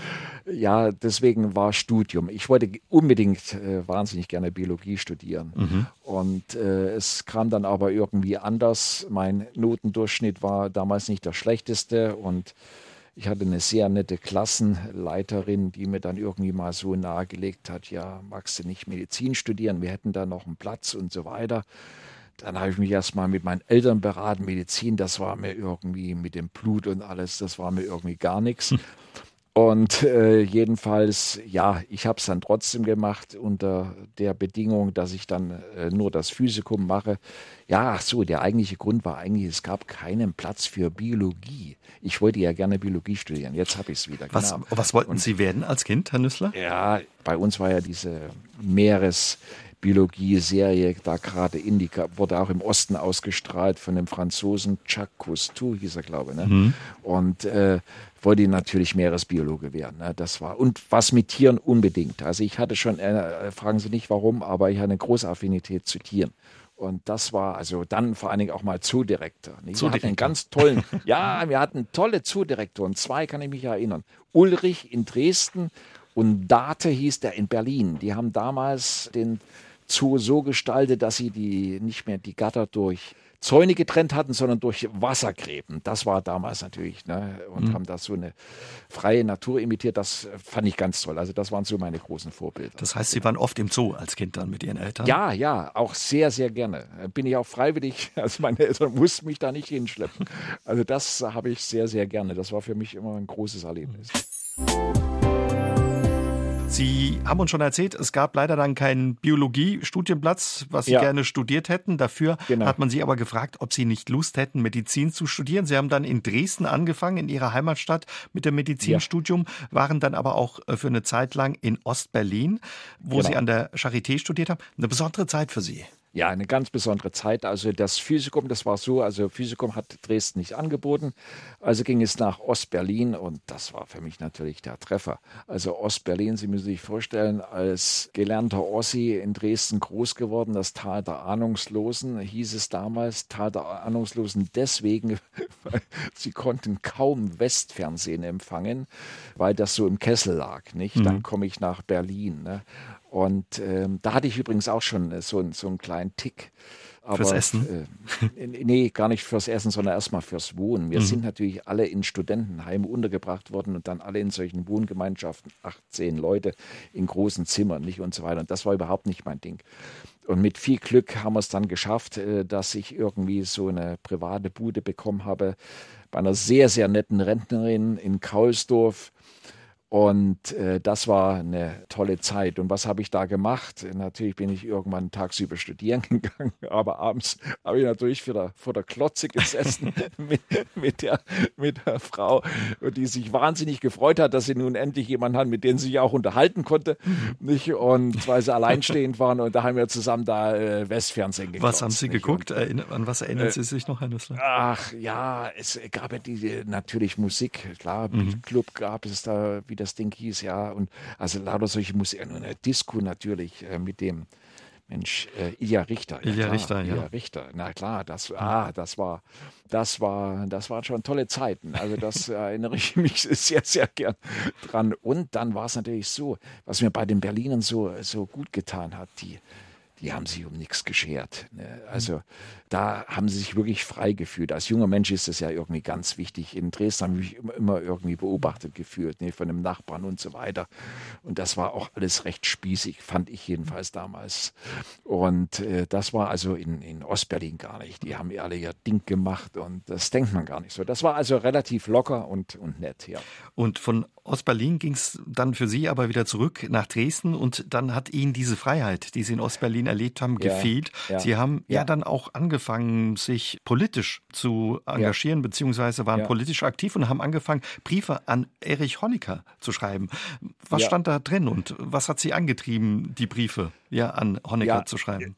Speaker 3: ja, deswegen war Studium. Ich wollte unbedingt wahnsinnig gerne Biologie studieren. Und es kam dann aber irgendwie anders. Mein Notendurchschnitt war damals nicht der schlechteste und Ich hatte eine sehr nette Klassenleiterin, die mir dann irgendwie mal so nahegelegt hat, ja, magst du nicht Medizin studieren? Wir hätten da noch einen Platz und so weiter. Dann habe ich mich erst mal mit meinen Eltern beraten. Medizin, das war mir irgendwie mit dem Blut und alles, das war mir irgendwie gar nichts. Und jedenfalls, ja, ich habe es dann trotzdem gemacht unter der Bedingung, dass ich dann nur das Physikum mache. Ja, ach so, der eigentliche Grund war eigentlich, es gab keinen Platz für Biologie. Ich wollte ja gerne Biologie studieren, jetzt habe ich es wieder.
Speaker 2: Was wollten Sie werden als Kind, Herr Nüssler?
Speaker 3: Ja, bei uns war ja diese Meeresbiologie-Serie da gerade wurde auch im Osten ausgestrahlt von dem Franzosen Jacques Cousteau, hieß er, glaube ich. Ne?
Speaker 2: Mhm.
Speaker 3: Und wollte natürlich Meeresbiologe werden. Ne? Das war, und was mit Tieren unbedingt. Also ich hatte schon, fragen Sie nicht warum, aber ich hatte eine große Affinität zu Tieren. Und das war also dann vor allen Dingen auch mal Zoodirektor. Wir hatten einen ganz tollen, ja, wir hatten tolle Zoodirektoren. 2 kann ich mich erinnern. Ulrich in Dresden und Date hieß der in Berlin. Die haben damals den Zoo so gestaltet, dass sie nicht mehr die Gatter durch Zäune getrennt hatten, sondern durch Wassergräben. Das war damals natürlich, ne? Und haben da so eine freie Natur imitiert. Das fand ich ganz toll. Also das waren so meine großen Vorbilder.
Speaker 2: Das heißt, Sie waren oft im Zoo als Kind dann mit Ihren Eltern?
Speaker 3: Ja, auch sehr, sehr gerne. Bin ich auch freiwillig, also meine Eltern mussten mich da nicht hinschleppen. Also das habe ich sehr, sehr gerne. Das war für mich immer ein großes Erlebnis.
Speaker 2: Sie haben uns schon erzählt, es gab leider dann keinen Biologie-Studienplatz, was Sie gerne studiert hätten. Dafür hat man Sie aber gefragt, ob Sie nicht Lust hätten, Medizin zu studieren. Sie haben dann in Dresden angefangen, in Ihrer Heimatstadt mit dem Medizinstudium, waren dann aber auch für eine Zeit lang in Ostberlin, wo Sie an der Charité studiert haben. Eine besondere Zeit für Sie.
Speaker 3: Ja, eine ganz besondere Zeit. Also das Physikum, das war so, also Physikum hat Dresden nicht angeboten. Also ging es nach Ostberlin und das war für mich natürlich der Treffer. Also Ostberlin, Sie müssen sich vorstellen, als gelernter Ossi in Dresden groß geworden, das Tal der Ahnungslosen, hieß es damals, Tal der Ahnungslosen deswegen, weil sie konnten kaum Westfernsehen empfangen, weil das so im Kessel lag, nicht? Dann komme ich nach Berlin, ne? Und da hatte ich übrigens auch schon so einen kleinen Tick. Aber,
Speaker 2: fürs Essen?
Speaker 3: Nee, gar nicht fürs Essen, sondern erstmal fürs Wohnen. Wir sind natürlich alle in Studentenheimen untergebracht worden und dann alle in solchen Wohngemeinschaften, 18 Leute in großen Zimmern, nicht und so weiter. Und das war überhaupt nicht mein Ding. Und mit viel Glück haben wir es dann geschafft, dass ich irgendwie so eine private Bude bekommen habe bei einer sehr, sehr netten Rentnerin in Kaulsdorf. Und das war eine tolle Zeit. Und was habe ich da gemacht? Natürlich bin ich irgendwann tagsüber studieren gegangen, aber abends habe ich natürlich vor der Klotze gesessen mit der Frau, die sich wahnsinnig gefreut hat, dass sie nun endlich jemanden hat, mit dem sie sich auch unterhalten konnte. Nicht? Und weil sie alleinstehend waren und da haben wir zusammen da Westfernsehen geguckt.
Speaker 2: Was haben Sie geguckt? An was erinnern Sie sich noch, Herr Nüssler?
Speaker 3: Ach ja, es gab ja natürlich Musik. Klar, Club gab es da, wie das Ding hieß, ja, und also lauter solche Musik, und eine Disco natürlich mit dem Mensch, Ilja Richter.
Speaker 2: Ilja Richter, ja.
Speaker 3: Ilja Richter, na klar, das waren schon tolle Zeiten. Also das erinnere ich mich sehr, sehr gern dran. Und dann war es natürlich so, was mir bei den Berlinern so gut getan hat, die haben sich um nichts geschert. Ne? Also da haben sie sich wirklich frei gefühlt. Als junger Mensch ist das ja irgendwie ganz wichtig. In Dresden habe ich mich immer irgendwie beobachtet gefühlt, ne? Von dem Nachbarn und so weiter. Und das war auch alles recht spießig, fand ich jedenfalls damals. Und das war also in Ostberlin gar nicht. Die haben alle ihr Ding gemacht und das denkt man gar nicht so. Das war also relativ locker und nett, ja.
Speaker 2: Und von Ostberlin ging es dann für Sie aber wieder zurück nach Dresden und dann hat Ihnen diese Freiheit, die Sie in Ostberlin erlebt haben, gefehlt.
Speaker 3: Ja,
Speaker 2: Sie haben ja dann auch angefangen, sich politisch zu engagieren, beziehungsweise waren politisch aktiv und haben angefangen, Briefe an Erich Honecker zu schreiben. Was stand da drin und was hat Sie angetrieben, die Briefe an Honecker zu schreiben?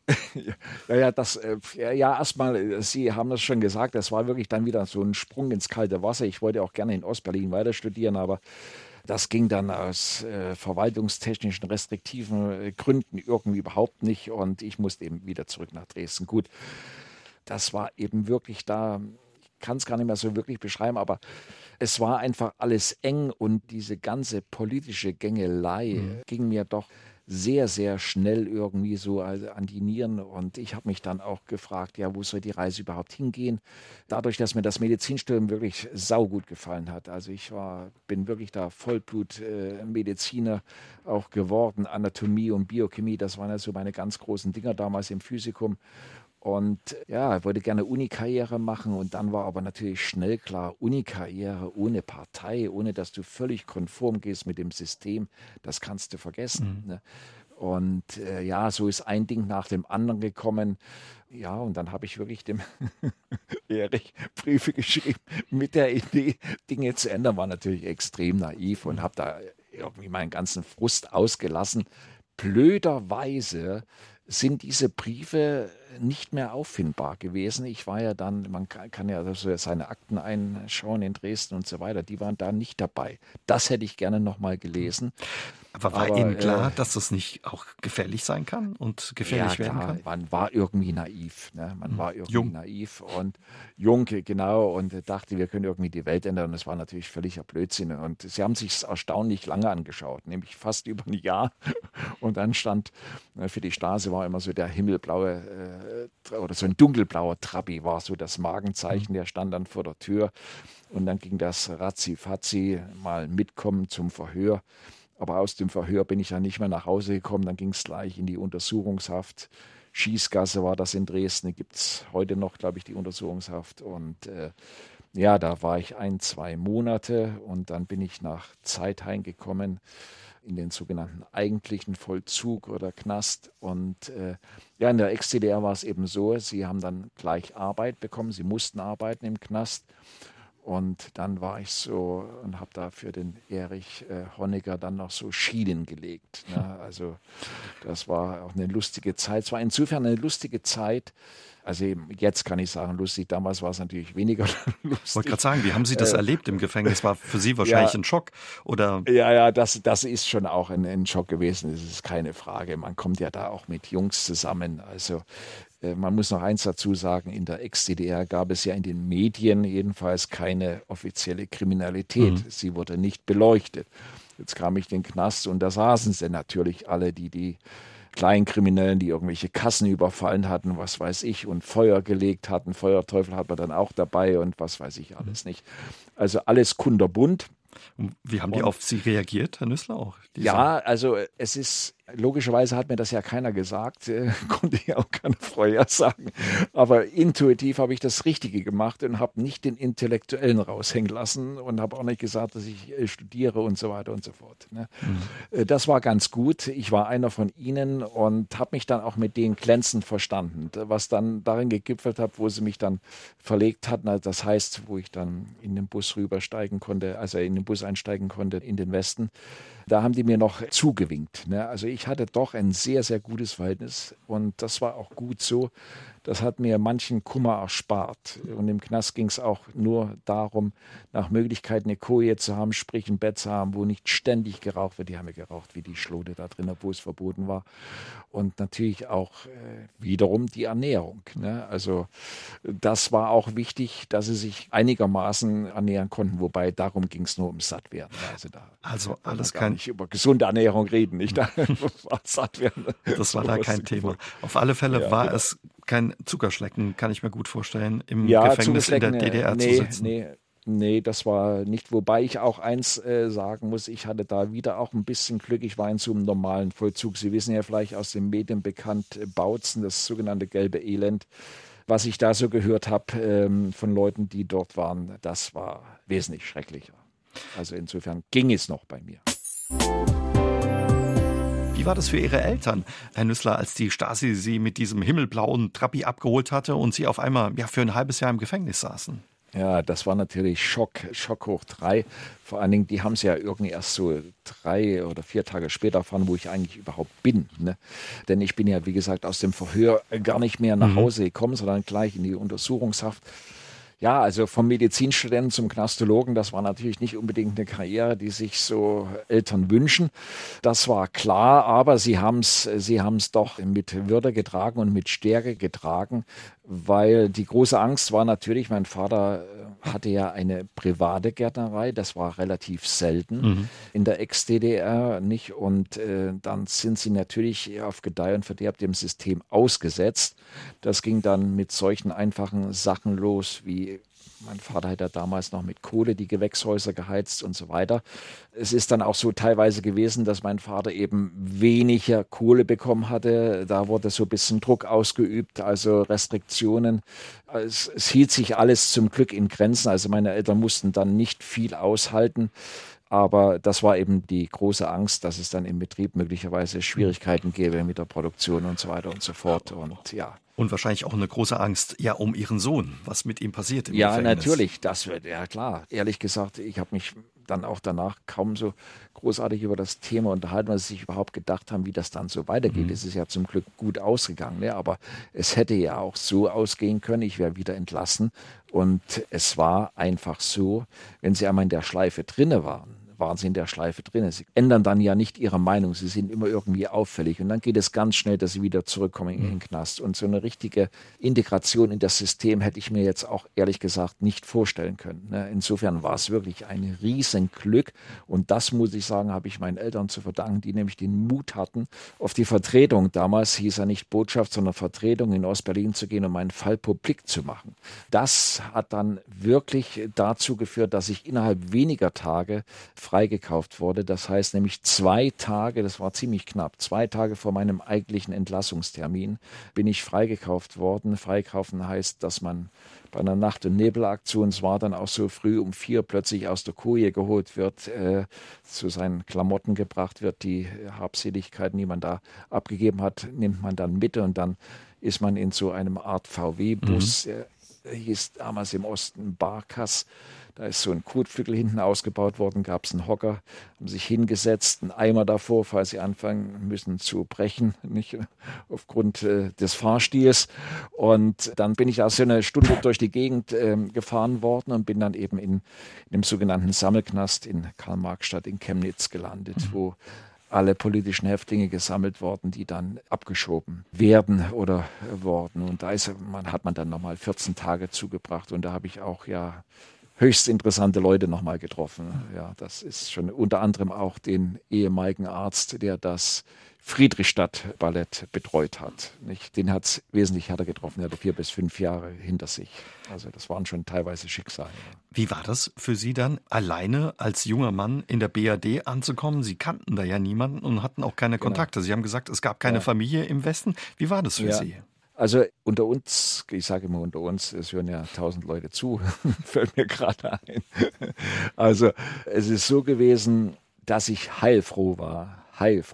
Speaker 3: Erstmal, Sie haben das schon gesagt, das war wirklich dann wieder so ein Sprung ins kalte Wasser. Ich wollte auch gerne in Ostberlin weiter studieren, aber das ging dann aus verwaltungstechnischen, restriktiven Gründen irgendwie überhaupt nicht und ich musste eben wieder zurück nach Dresden. Gut, das war eben wirklich da, ich kann es gar nicht mehr so wirklich beschreiben, aber es war einfach alles eng und diese ganze politische Gängelei ging mir doch sehr, sehr schnell irgendwie so an die Nieren. Und ich habe mich dann auch gefragt, ja, wo soll die Reise überhaupt hingehen? Dadurch, dass mir das Medizinstudium wirklich saugut gefallen hat. Also bin wirklich da Vollblut-Mediziner auch geworden. Anatomie und Biochemie, das waren ja so meine ganz großen Dinger damals im Physikum. Und ja, ich wollte gerne Unikarriere machen und dann war aber natürlich schnell klar, Unikarriere ohne Partei, ohne dass du völlig konform gehst mit dem System, das kannst du vergessen. Ne? Und ja, so ist ein Ding nach dem anderen gekommen. Ja, und dann habe ich wirklich dem Erich Briefe geschrieben mit der Idee, Dinge zu ändern. War natürlich extrem naiv und habe da irgendwie meinen ganzen Frust ausgelassen. Blöderweise sind diese Briefe nicht mehr auffindbar gewesen. Ich war ja dann, man kann ja also seine Akten einschauen in Dresden und so weiter, die waren da nicht dabei. Das hätte ich gerne nochmal gelesen.
Speaker 2: Aber war Ihnen klar, dass das nicht auch gefährlich sein kann und gefährlich werden kann?
Speaker 3: Man war irgendwie naiv. Ne? Man war irgendwie naiv und jung, genau, und dachte, wir können irgendwie die Welt ändern. Und das war natürlich völliger Blödsinn. Und sie haben sich erstaunlich lange angeschaut, nämlich fast über ein Jahr. Und dann stand, für die Stasi war immer so der himmelblaue oder so ein dunkelblauer Trabi war so das Markenzeichen, der stand dann vor der Tür. Und dann ging das ratzi-fatzi, mal mitkommen zum Verhör. Aber aus dem Verhör bin ich dann nicht mehr nach Hause gekommen. Dann ging es gleich in die Untersuchungshaft. Schießgasse war das in Dresden. Gibt es heute noch, glaube ich, die Untersuchungshaft. Und ja, da war ich 1-2 Monate. Und dann bin ich nach Zeitheim gekommen in den sogenannten eigentlichen Vollzug oder Knast. Und ja, in der Ex-DDR war es eben so, sie haben dann gleich Arbeit bekommen. Sie mussten arbeiten im Knast. Und dann war ich so und habe da für den Erich Honecker dann noch so Schienen gelegt. Ne? Also das war auch eine lustige Zeit. Es war insofern eine lustige Zeit. Also jetzt kann ich sagen, lustig. Damals war es natürlich weniger lustig.
Speaker 2: Ich wollte gerade sagen, wie haben Sie das erlebt im Gefängnis? War für Sie wahrscheinlich ein Schock? Oder?
Speaker 3: Ja, das ist schon auch ein Schock gewesen. Das ist keine Frage. Man kommt ja da auch mit Jungs zusammen. Also man muss noch eins dazu sagen, in der Ex-DDR gab es ja in den Medien jedenfalls keine offizielle Kriminalität. Sie wurde nicht beleuchtet. Jetzt kam ich in den Knast und da saßen sie natürlich alle, die Kleinkriminellen, die irgendwelche Kassen überfallen hatten, was weiß ich, und Feuer gelegt hatten. Feuerteufel hat man dann auch dabei und was weiß ich alles nicht. Also alles kunterbunt.
Speaker 2: Und wie haben die auf Sie reagiert, Herr Nüssler auch?
Speaker 3: Ja, also es ist, logischerweise hat mir das ja keiner gesagt, konnte ich auch keiner vorher sagen, aber intuitiv habe ich das Richtige gemacht und habe nicht den Intellektuellen raushängen lassen und habe auch nicht gesagt, dass ich studiere und so weiter und so fort. Ne? Das war ganz gut. Ich war einer von ihnen und habe mich dann auch mit denen glänzend verstanden, was dann darin gegipfelt hat, wo sie mich dann verlegt hatten, also das heißt, wo ich dann in den Bus rübersteigen konnte, also in den Bus einsteigen konnte in den Westen. Da haben die mir noch zugewinkt. Ne? Also ich hatte doch ein sehr, sehr gutes Verhältnis und das war auch gut so. Das hat mir manchen Kummer erspart. Und im Knast ging es auch nur darum, nach Möglichkeit eine Koje zu haben, sprich ein Bett zu haben, wo nicht ständig geraucht wird. Die haben ja geraucht wie die Schlote da drin, obwohl es verboten war. Und natürlich auch wiederum die Ernährung. Ne? Also das war auch wichtig, dass sie sich einigermaßen ernähren konnten. Wobei darum ging es nur ums Sattwerden.
Speaker 2: Also alles
Speaker 3: kein nicht über gesunde Ernährung reden, nicht? Satt werden.
Speaker 2: Das war da kein Thema. Auf alle Fälle war es kein Zuckerschlecken, kann ich mir gut vorstellen, im Gefängnis in der DDR zu sitzen.
Speaker 3: Nee, das war nicht. Wobei ich auch eins sagen muss, ich hatte da wieder auch ein bisschen Glück. Ich war in so einem normalen Vollzug. Sie wissen ja vielleicht aus den Medien bekannt, Bautzen, das sogenannte gelbe Elend. Was ich da so gehört habe von Leuten, die dort waren, das war wesentlich schrecklicher. Also insofern ging es noch bei mir.
Speaker 2: Wie war das für Ihre Eltern, Herr Nüssler, als die Stasi Sie mit diesem himmelblauen Trabi abgeholt hatte und Sie auf einmal für ein halbes Jahr im Gefängnis saßen?
Speaker 3: Ja, das war natürlich Schock hoch 3. Vor allen Dingen, die haben es ja irgendwie erst so 3 oder 4 Tage später erfahren, wo ich eigentlich überhaupt bin. Ne? Denn ich bin ja, wie gesagt, aus dem Verhör gar nicht mehr nach Hause gekommen, sondern gleich in die Untersuchungshaft. Ja, also vom Medizinstudenten zum Knastologen, das war natürlich nicht unbedingt eine Karriere, die sich so Eltern wünschen. Das war klar, aber sie haben es doch mit Würde getragen und mit Stärke getragen. weil die große Angst war natürlich, mein Vater hatte ja eine private Gärtnerei, das war relativ selten in der Ex-DDR, nicht? Und dann sind sie natürlich auf Gedeih und Verderb dem System ausgesetzt. Das ging dann mit solchen einfachen Sachen los wie: Mein Vater hat ja damals noch mit Kohle die Gewächshäuser geheizt und so weiter. Es ist dann auch so teilweise gewesen, dass mein Vater eben weniger Kohle bekommen hatte. Da wurde so ein bisschen Druck ausgeübt, also Restriktionen. Es hielt sich alles zum Glück in Grenzen. Also meine Eltern mussten dann nicht viel aushalten. Aber das war eben die große Angst, dass es dann im Betrieb möglicherweise Schwierigkeiten gäbe mit der Produktion und so weiter und so fort. Und ja.
Speaker 2: Und wahrscheinlich auch eine große Angst, ja, um Ihren Sohn, was mit ihm passiert im
Speaker 3: Ja,
Speaker 2: Gefängnis.
Speaker 3: natürlich, das wird, ja klar. Ehrlich gesagt, ich habe mich dann auch danach kaum so großartig über das Thema unterhalten, weil sie sich überhaupt gedacht haben, wie das dann so weitergeht. Es ist ja zum Glück gut ausgegangen, ne? Aber es hätte ja auch so ausgehen können, ich wäre wieder entlassen. Und es war einfach so, wenn Sie einmal in der Schleife drinne waren sie in der Schleife drin. Sie ändern dann ja nicht ihre Meinung, sie sind immer irgendwie auffällig und dann geht es ganz schnell, dass sie wieder zurückkommen in den Knast. Und so eine richtige Integration in das System hätte ich mir jetzt auch ehrlich gesagt nicht vorstellen können. Insofern war es wirklich ein Riesenglück und das, muss ich sagen, habe ich meinen Eltern zu verdanken, die nämlich den Mut hatten, auf die Vertretung, damals hieß er nicht Botschaft, sondern Vertretung in Ostberlin zu gehen, um meinen Fall publik zu machen. Das hat dann wirklich dazu geführt, dass ich innerhalb weniger Tage freigekauft wurde. Das heißt nämlich 2 Tage, das war ziemlich knapp, 2 Tage vor meinem eigentlichen Entlassungstermin bin ich freigekauft worden. Freikaufen heißt, dass man bei einer Nacht- und Nebelaktion, es war dann auch so früh um 4 plötzlich aus der Koje geholt wird, zu seinen Klamotten gebracht wird. Die Habseligkeiten, die man da abgegeben hat, nimmt man dann mit und dann ist man in so einem Art VW-Bus, hieß damals im Osten Barkas. Da ist so ein Kotflügel hinten ausgebaut worden, gab es einen Hocker, haben sich hingesetzt, einen Eimer davor, falls sie anfangen müssen zu brechen, nicht aufgrund des Fahrstils. Und dann bin ich also eine Stunde durch die Gegend gefahren worden und bin dann eben in dem sogenannten Sammelknast in Karl-Marx-Stadt in Chemnitz gelandet, wo alle politischen Häftlinge gesammelt worden, die dann abgeschoben werden oder worden. Und da hat man dann nochmal 14 Tage zugebracht und da habe ich auch ja höchst interessante Leute nochmal getroffen. Ja, das ist schon unter anderem auch den ehemaligen Arzt, der das Friedrichstadt-Ballett betreut hat. Nicht? Den hat es wesentlich härter getroffen. Er hat 4 bis 5 Jahre hinter sich. Also das waren schon teilweise Schicksale.
Speaker 2: Wie war das für Sie dann, alleine als junger Mann in der BRD anzukommen? Sie kannten da ja niemanden und hatten auch keine Kontakte. Sie haben gesagt, es gab keine Familie im Westen. Wie war das für Sie?
Speaker 3: Also unter uns, ich sage immer unter uns, es hören ja 1000 Leute zu, fällt mir gerade ein. Also es ist so gewesen, dass ich heilfroh war,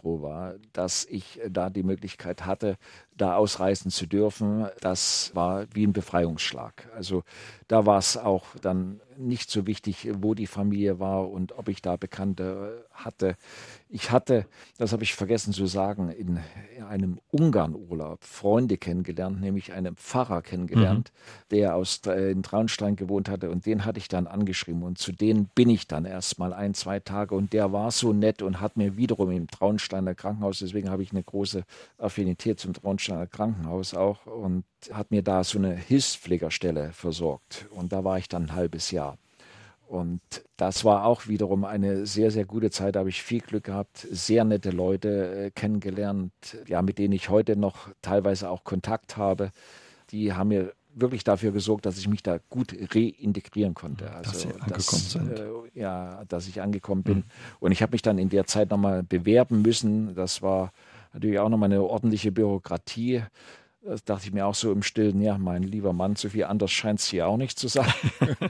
Speaker 3: dass ich da die Möglichkeit hatte, da ausreisen zu dürfen. Das war wie ein Befreiungsschlag. Also da war es auch dann nicht so wichtig, wo die Familie war und ob ich da Bekannte hatte. Ich hatte, das habe ich vergessen zu sagen, in einem Ungarn-Urlaub Freunde kennengelernt, nämlich einen Pfarrer kennengelernt, der in Traunstein gewohnt hatte und den hatte ich dann angeschrieben und zu denen bin ich dann erst mal 1, 2 Tage und der war so nett und hat mir wiederum im Traunsteiner Krankenhaus, deswegen habe ich eine große Affinität zum Traunsteiner Krankenhaus auch und hat mir da so eine Hilfspflegerstelle versorgt und da war ich dann ein halbes Jahr. Und das war auch wiederum eine sehr, sehr gute Zeit. Da habe ich viel Glück gehabt, sehr nette Leute kennengelernt, ja, mit denen ich heute noch teilweise auch Kontakt habe. Die haben mir wirklich dafür gesorgt, dass ich mich da gut reintegrieren konnte. Also,
Speaker 2: dass Sie angekommen sind.
Speaker 3: Ja, dass ich angekommen bin. Und ich habe mich dann in der Zeit nochmal bewerben müssen. Das war natürlich auch nochmal eine ordentliche Bürokratie. Das dachte ich mir auch so im Stillen, ja, mein lieber Mann, so viel anders scheint es hier auch nicht zu sein.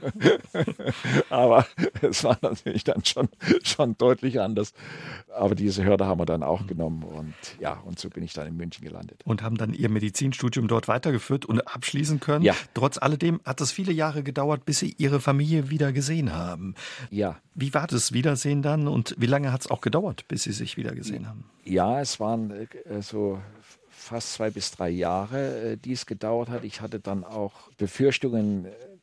Speaker 3: Aber es war natürlich dann schon deutlich anders. Aber diese Hürde haben wir dann auch genommen und ja, und so bin ich dann in München gelandet.
Speaker 2: Und haben dann Ihr Medizinstudium dort weitergeführt und abschließen können.
Speaker 3: Ja.
Speaker 2: Trotz alledem hat es viele Jahre gedauert, bis Sie Ihre Familie wieder gesehen haben.
Speaker 3: Ja.
Speaker 2: Wie war das Wiedersehen dann und wie lange hat es auch gedauert, bis Sie sich wieder gesehen haben?
Speaker 3: Ja, es waren so fast 2 bis 3 Jahre, die es gedauert hat. Ich hatte dann auch Befürchtungen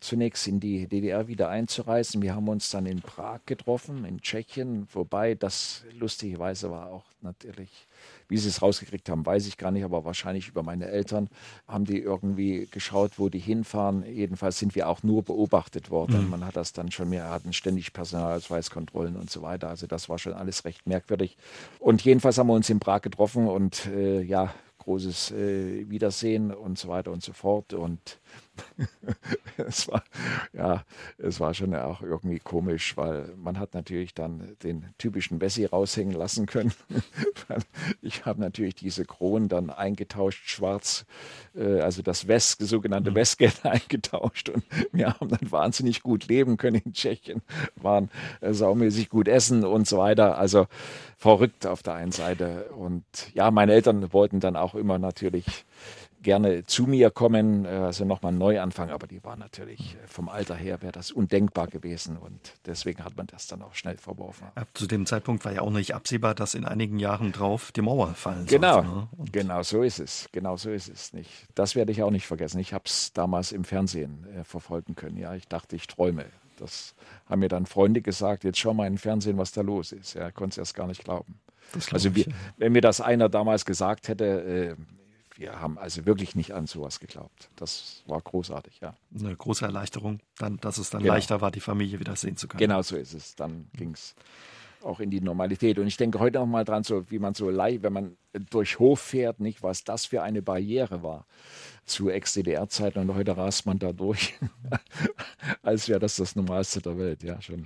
Speaker 3: zunächst in die DDR wieder einzureisen. Wir haben uns dann in Prag getroffen, in Tschechien, wobei das lustigerweise war auch natürlich, wie sie es rausgekriegt haben, weiß ich gar nicht, aber wahrscheinlich über meine Eltern haben die irgendwie geschaut, wo die hinfahren. Jedenfalls sind wir auch nur beobachtet worden. Man hat das dann schon, wir hatten ständig Personalausweiskontrollen und so weiter. Also das war schon alles recht merkwürdig. Und jedenfalls haben wir uns in Prag getroffen und großes Wiedersehen und so weiter und so fort. Und es war schon auch irgendwie komisch, weil man hat natürlich dann den typischen Wessi raushängen lassen können. Ich habe natürlich diese Kronen dann eingetauscht, schwarz, also das sogenannte Westgeld eingetauscht, und wir haben dann wahnsinnig gut leben können in Tschechien, waren saumäßig gut essen und so weiter. Also verrückt auf der einen Seite. Und ja, meine Eltern wollten dann auch immer natürlich gerne zu mir kommen, also nochmal neu anfangen, aber die war natürlich vom Alter her, wäre das undenkbar gewesen, und deswegen hat man das dann auch schnell verworfen.
Speaker 2: Zu dem Zeitpunkt war ja auch nicht absehbar, dass in einigen Jahren drauf die Mauer fallen
Speaker 3: genau,
Speaker 2: sollte. Ne?
Speaker 3: Genau so ist es. Genau so ist es nicht. Das werde ich auch nicht vergessen. Ich habe es damals im Fernsehen verfolgen können. Ja, ich dachte, ich träume. Das haben mir dann Freunde gesagt, jetzt schau mal im Fernsehen, was da los ist. Ja, ich konnte es erst gar nicht glauben. Wenn mir das einer damals gesagt hätte, wir haben also wirklich nicht an sowas geglaubt. Das war großartig, ja.
Speaker 2: Eine große Erleichterung, dass es dann leichter war, die Familie wieder sehen zu können.
Speaker 3: Genau so ist es. Dann ging es auch in die Normalität. Und ich denke heute noch mal dran, so wie man wenn man durch Hof fährt, nicht, was das für eine Barriere war zu Ex-DDR-Zeiten, und heute rast man da durch, als wäre das Normalste der Welt, ja, schon.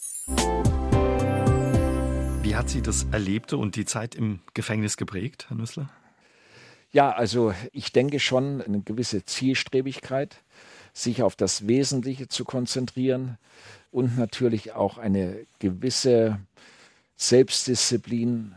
Speaker 2: Wie hat Sie das Erlebte und die Zeit im Gefängnis geprägt, Herr Nüssler?
Speaker 3: Ja, also ich denke schon eine gewisse Zielstrebigkeit, sich auf das Wesentliche zu konzentrieren und natürlich auch eine gewisse Selbstdisziplin,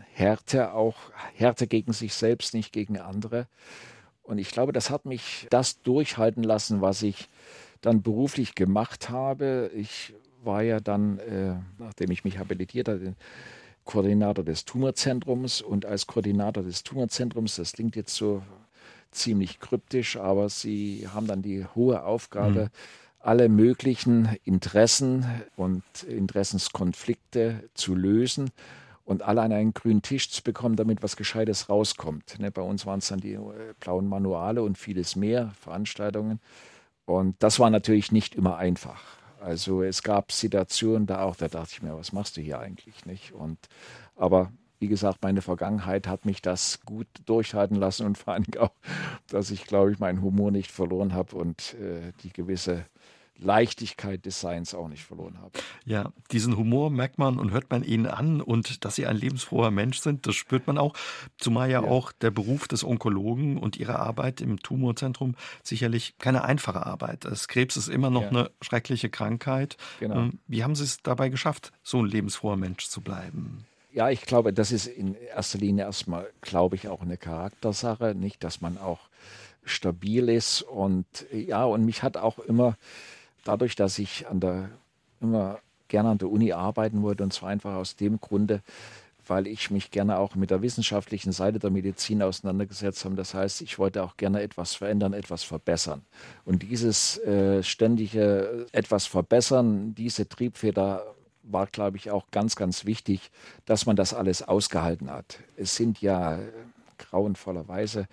Speaker 3: Härte gegen sich selbst, nicht gegen andere. Und ich glaube, das hat mich das durchhalten lassen, was ich dann beruflich gemacht habe. Ich war ja dann, nachdem ich mich habilitiert hatte, Koordinator des Tumorzentrums, und als Koordinator des Tumorzentrums, das klingt jetzt so ziemlich kryptisch, aber sie haben dann die hohe Aufgabe, alle möglichen Interessen und Interessenskonflikte zu lösen und alle an einen grünen Tisch zu bekommen, damit was Gescheites rauskommt. Bei uns waren es dann die blauen Manuale und vieles mehr, Veranstaltungen. Und das war natürlich nicht immer einfach. Also es gab Situationen da dachte ich mir, was machst du hier eigentlich, nicht? Aber wie gesagt, meine Vergangenheit hat mich das gut durchhalten lassen, und vor allem auch, dass ich, glaube ich, meinen Humor nicht verloren habe und die gewisse Leichtigkeit des Seins auch nicht verloren habe.
Speaker 2: Ja, diesen Humor merkt man und hört man Ihnen an, und dass Sie ein lebensfroher Mensch sind, das spürt man auch. Zumal ja auch der Beruf des Onkologen und Ihre Arbeit im Tumorzentrum sicherlich keine einfache Arbeit ist. Krebs ist immer noch eine schreckliche Krankheit.
Speaker 3: Genau.
Speaker 2: Wie haben Sie es dabei geschafft, so ein lebensfroher Mensch zu bleiben?
Speaker 3: Ja, ich glaube, das ist in erster Linie erstmal, glaube ich, auch eine Charaktersache, nicht, dass man auch stabil ist, und mich hat auch immer dadurch, dass ich immer gerne an der Uni arbeiten wollte, und zwar einfach aus dem Grunde, weil ich mich gerne auch mit der wissenschaftlichen Seite der Medizin auseinandergesetzt habe. Das heißt, ich wollte auch gerne etwas verändern, etwas verbessern. Und dieses ständige etwas verbessern, diese Triebfeder war, glaube ich, auch ganz, ganz wichtig, dass man das alles ausgehalten hat. Es sind ja grauenvollerweise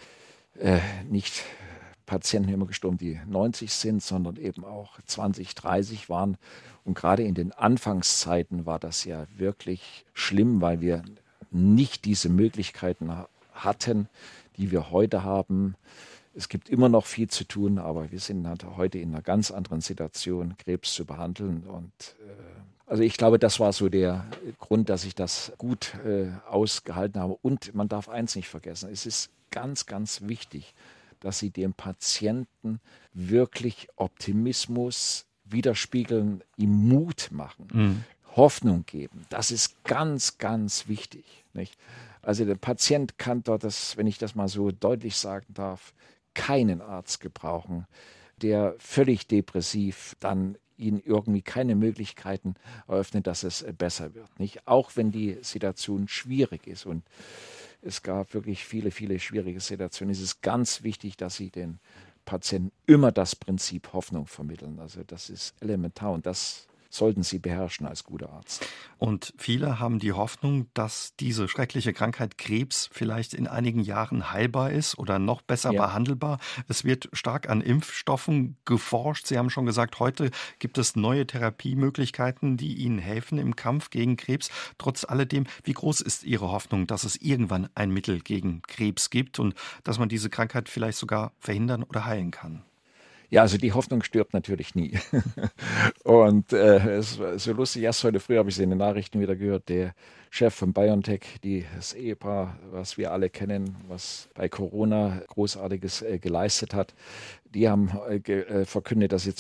Speaker 3: nicht Patienten immer gestorben, die 90 sind, sondern eben auch 20, 30 waren. Und gerade in den Anfangszeiten war das ja wirklich schlimm, weil wir nicht diese Möglichkeiten hatten, die wir heute haben. Es gibt immer noch viel zu tun, aber wir sind halt heute in einer ganz anderen Situation, Krebs zu behandeln. Und also ich glaube, das war so der Grund, dass ich das gut ausgehalten habe. Und man darf eins nicht vergessen, es ist ganz, ganz wichtig, dass Sie dem Patienten wirklich Optimismus widerspiegeln, ihm Mut machen, Hoffnung geben. Das ist ganz, ganz wichtig, nicht? Also der Patient kann dort, wenn ich das mal so deutlich sagen darf, keinen Arzt gebrauchen, der völlig depressiv dann ihnen irgendwie keine Möglichkeiten eröffnet, dass es besser wird, nicht? Auch wenn die Situation schwierig ist, und es gab wirklich viele, viele schwierige Situationen. Es ist ganz wichtig, dass Sie den Patienten immer das Prinzip Hoffnung vermitteln. Also das ist elementar und das sollten Sie beherrschen als guter Arzt.
Speaker 2: Und viele haben die Hoffnung, dass diese schreckliche Krankheit Krebs vielleicht in einigen Jahren heilbar ist oder noch besser behandelbar. Es wird stark an Impfstoffen geforscht. Sie haben schon gesagt, heute gibt es neue Therapiemöglichkeiten, die Ihnen helfen im Kampf gegen Krebs. Trotz alledem, wie groß ist Ihre Hoffnung, dass es irgendwann ein Mittel gegen Krebs gibt und dass man diese Krankheit vielleicht sogar verhindern oder heilen kann?
Speaker 3: Ja, also die Hoffnung stirbt natürlich nie. Und es war so lustig, erst heute früh habe ich es in den Nachrichten wieder gehört, der Chef von BioNTech, das Ehepaar, was wir alle kennen, was bei Corona Großartiges geleistet hat, die haben verkündet, dass sie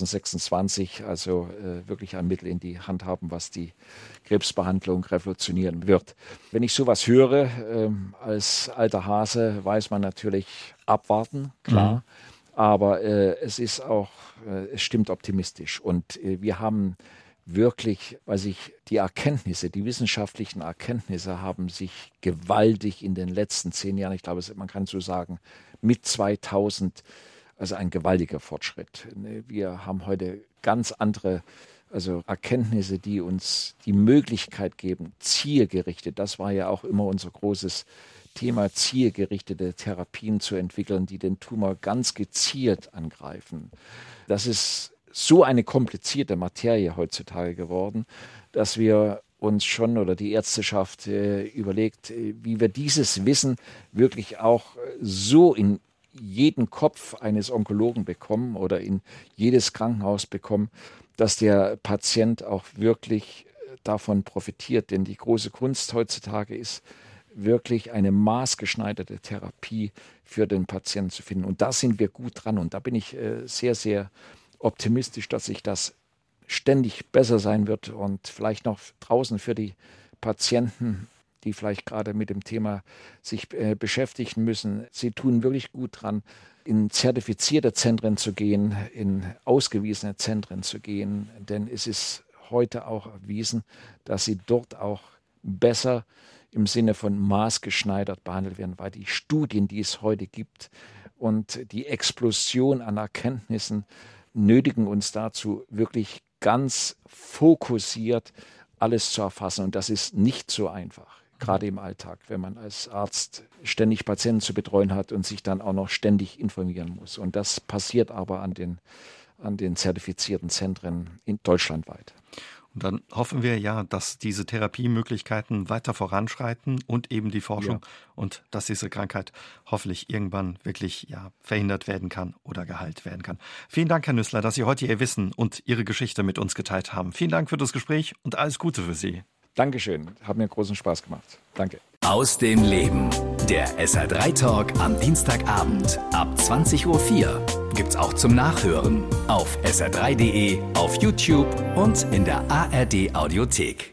Speaker 3: 2026 also wirklich ein Mittel in die Hand haben, was die Krebsbehandlung revolutionieren wird. Wenn ich sowas höre, als alter Hase weiß man natürlich abwarten, klar. Aber es ist auch, es stimmt optimistisch. Und wir haben wirklich, die Erkenntnisse, die wissenschaftlichen Erkenntnisse haben sich gewaltig in den letzten 10 Jahren, ich glaube, man kann so sagen, mit 2000, also ein gewaltiger Fortschritt. Wir haben heute ganz andere Erkenntnisse, die uns die Möglichkeit geben, zielgerichtet, das war ja auch immer unser großes Thema, zielgerichtete Therapien zu entwickeln, die den Tumor ganz gezielt angreifen. Das ist so eine komplizierte Materie heutzutage geworden, dass wir uns schon oder die Ärzteschaft überlegt, wie wir dieses Wissen wirklich auch so in jeden Kopf eines Onkologen bekommen oder in jedes Krankenhaus bekommen, dass der Patient auch wirklich davon profitiert. Denn die große Kunst heutzutage ist, wirklich eine maßgeschneiderte Therapie für den Patienten zu finden. Und da sind wir gut dran. Und da bin ich sehr, sehr optimistisch, dass sich das ständig besser sein wird und vielleicht noch draußen für die Patienten, die vielleicht gerade mit dem Thema sich beschäftigen müssen. Sie tun wirklich gut dran, in zertifizierte Zentren zu gehen, in ausgewiesene Zentren zu gehen. Denn es ist heute auch erwiesen, dass sie dort auch besser im Sinne von maßgeschneidert behandelt werden, weil die Studien, die es heute gibt und die Explosion an Erkenntnissen nötigen uns dazu, wirklich ganz fokussiert alles zu erfassen. Und das ist nicht so einfach, gerade im Alltag, wenn man als Arzt ständig Patienten zu betreuen hat und sich dann auch noch ständig informieren muss. Und das passiert aber an den zertifizierten Zentren deutschlandweit.
Speaker 2: Und dann hoffen wir ja, dass diese Therapiemöglichkeiten weiter voranschreiten und eben die Forschung und dass diese Krankheit hoffentlich irgendwann wirklich verhindert werden kann oder geheilt werden kann. Vielen Dank, Herr Nüssler, dass Sie heute Ihr Wissen und Ihre Geschichte mit uns geteilt haben. Vielen Dank für das Gespräch und alles Gute für Sie.
Speaker 3: Dankeschön, hat mir großen Spaß gemacht. Danke.
Speaker 1: Aus dem Leben. Der SR3 Talk am Dienstagabend ab 20.04 Uhr gibt's auch zum Nachhören auf sr3.de, auf YouTube und in der ARD Audiothek.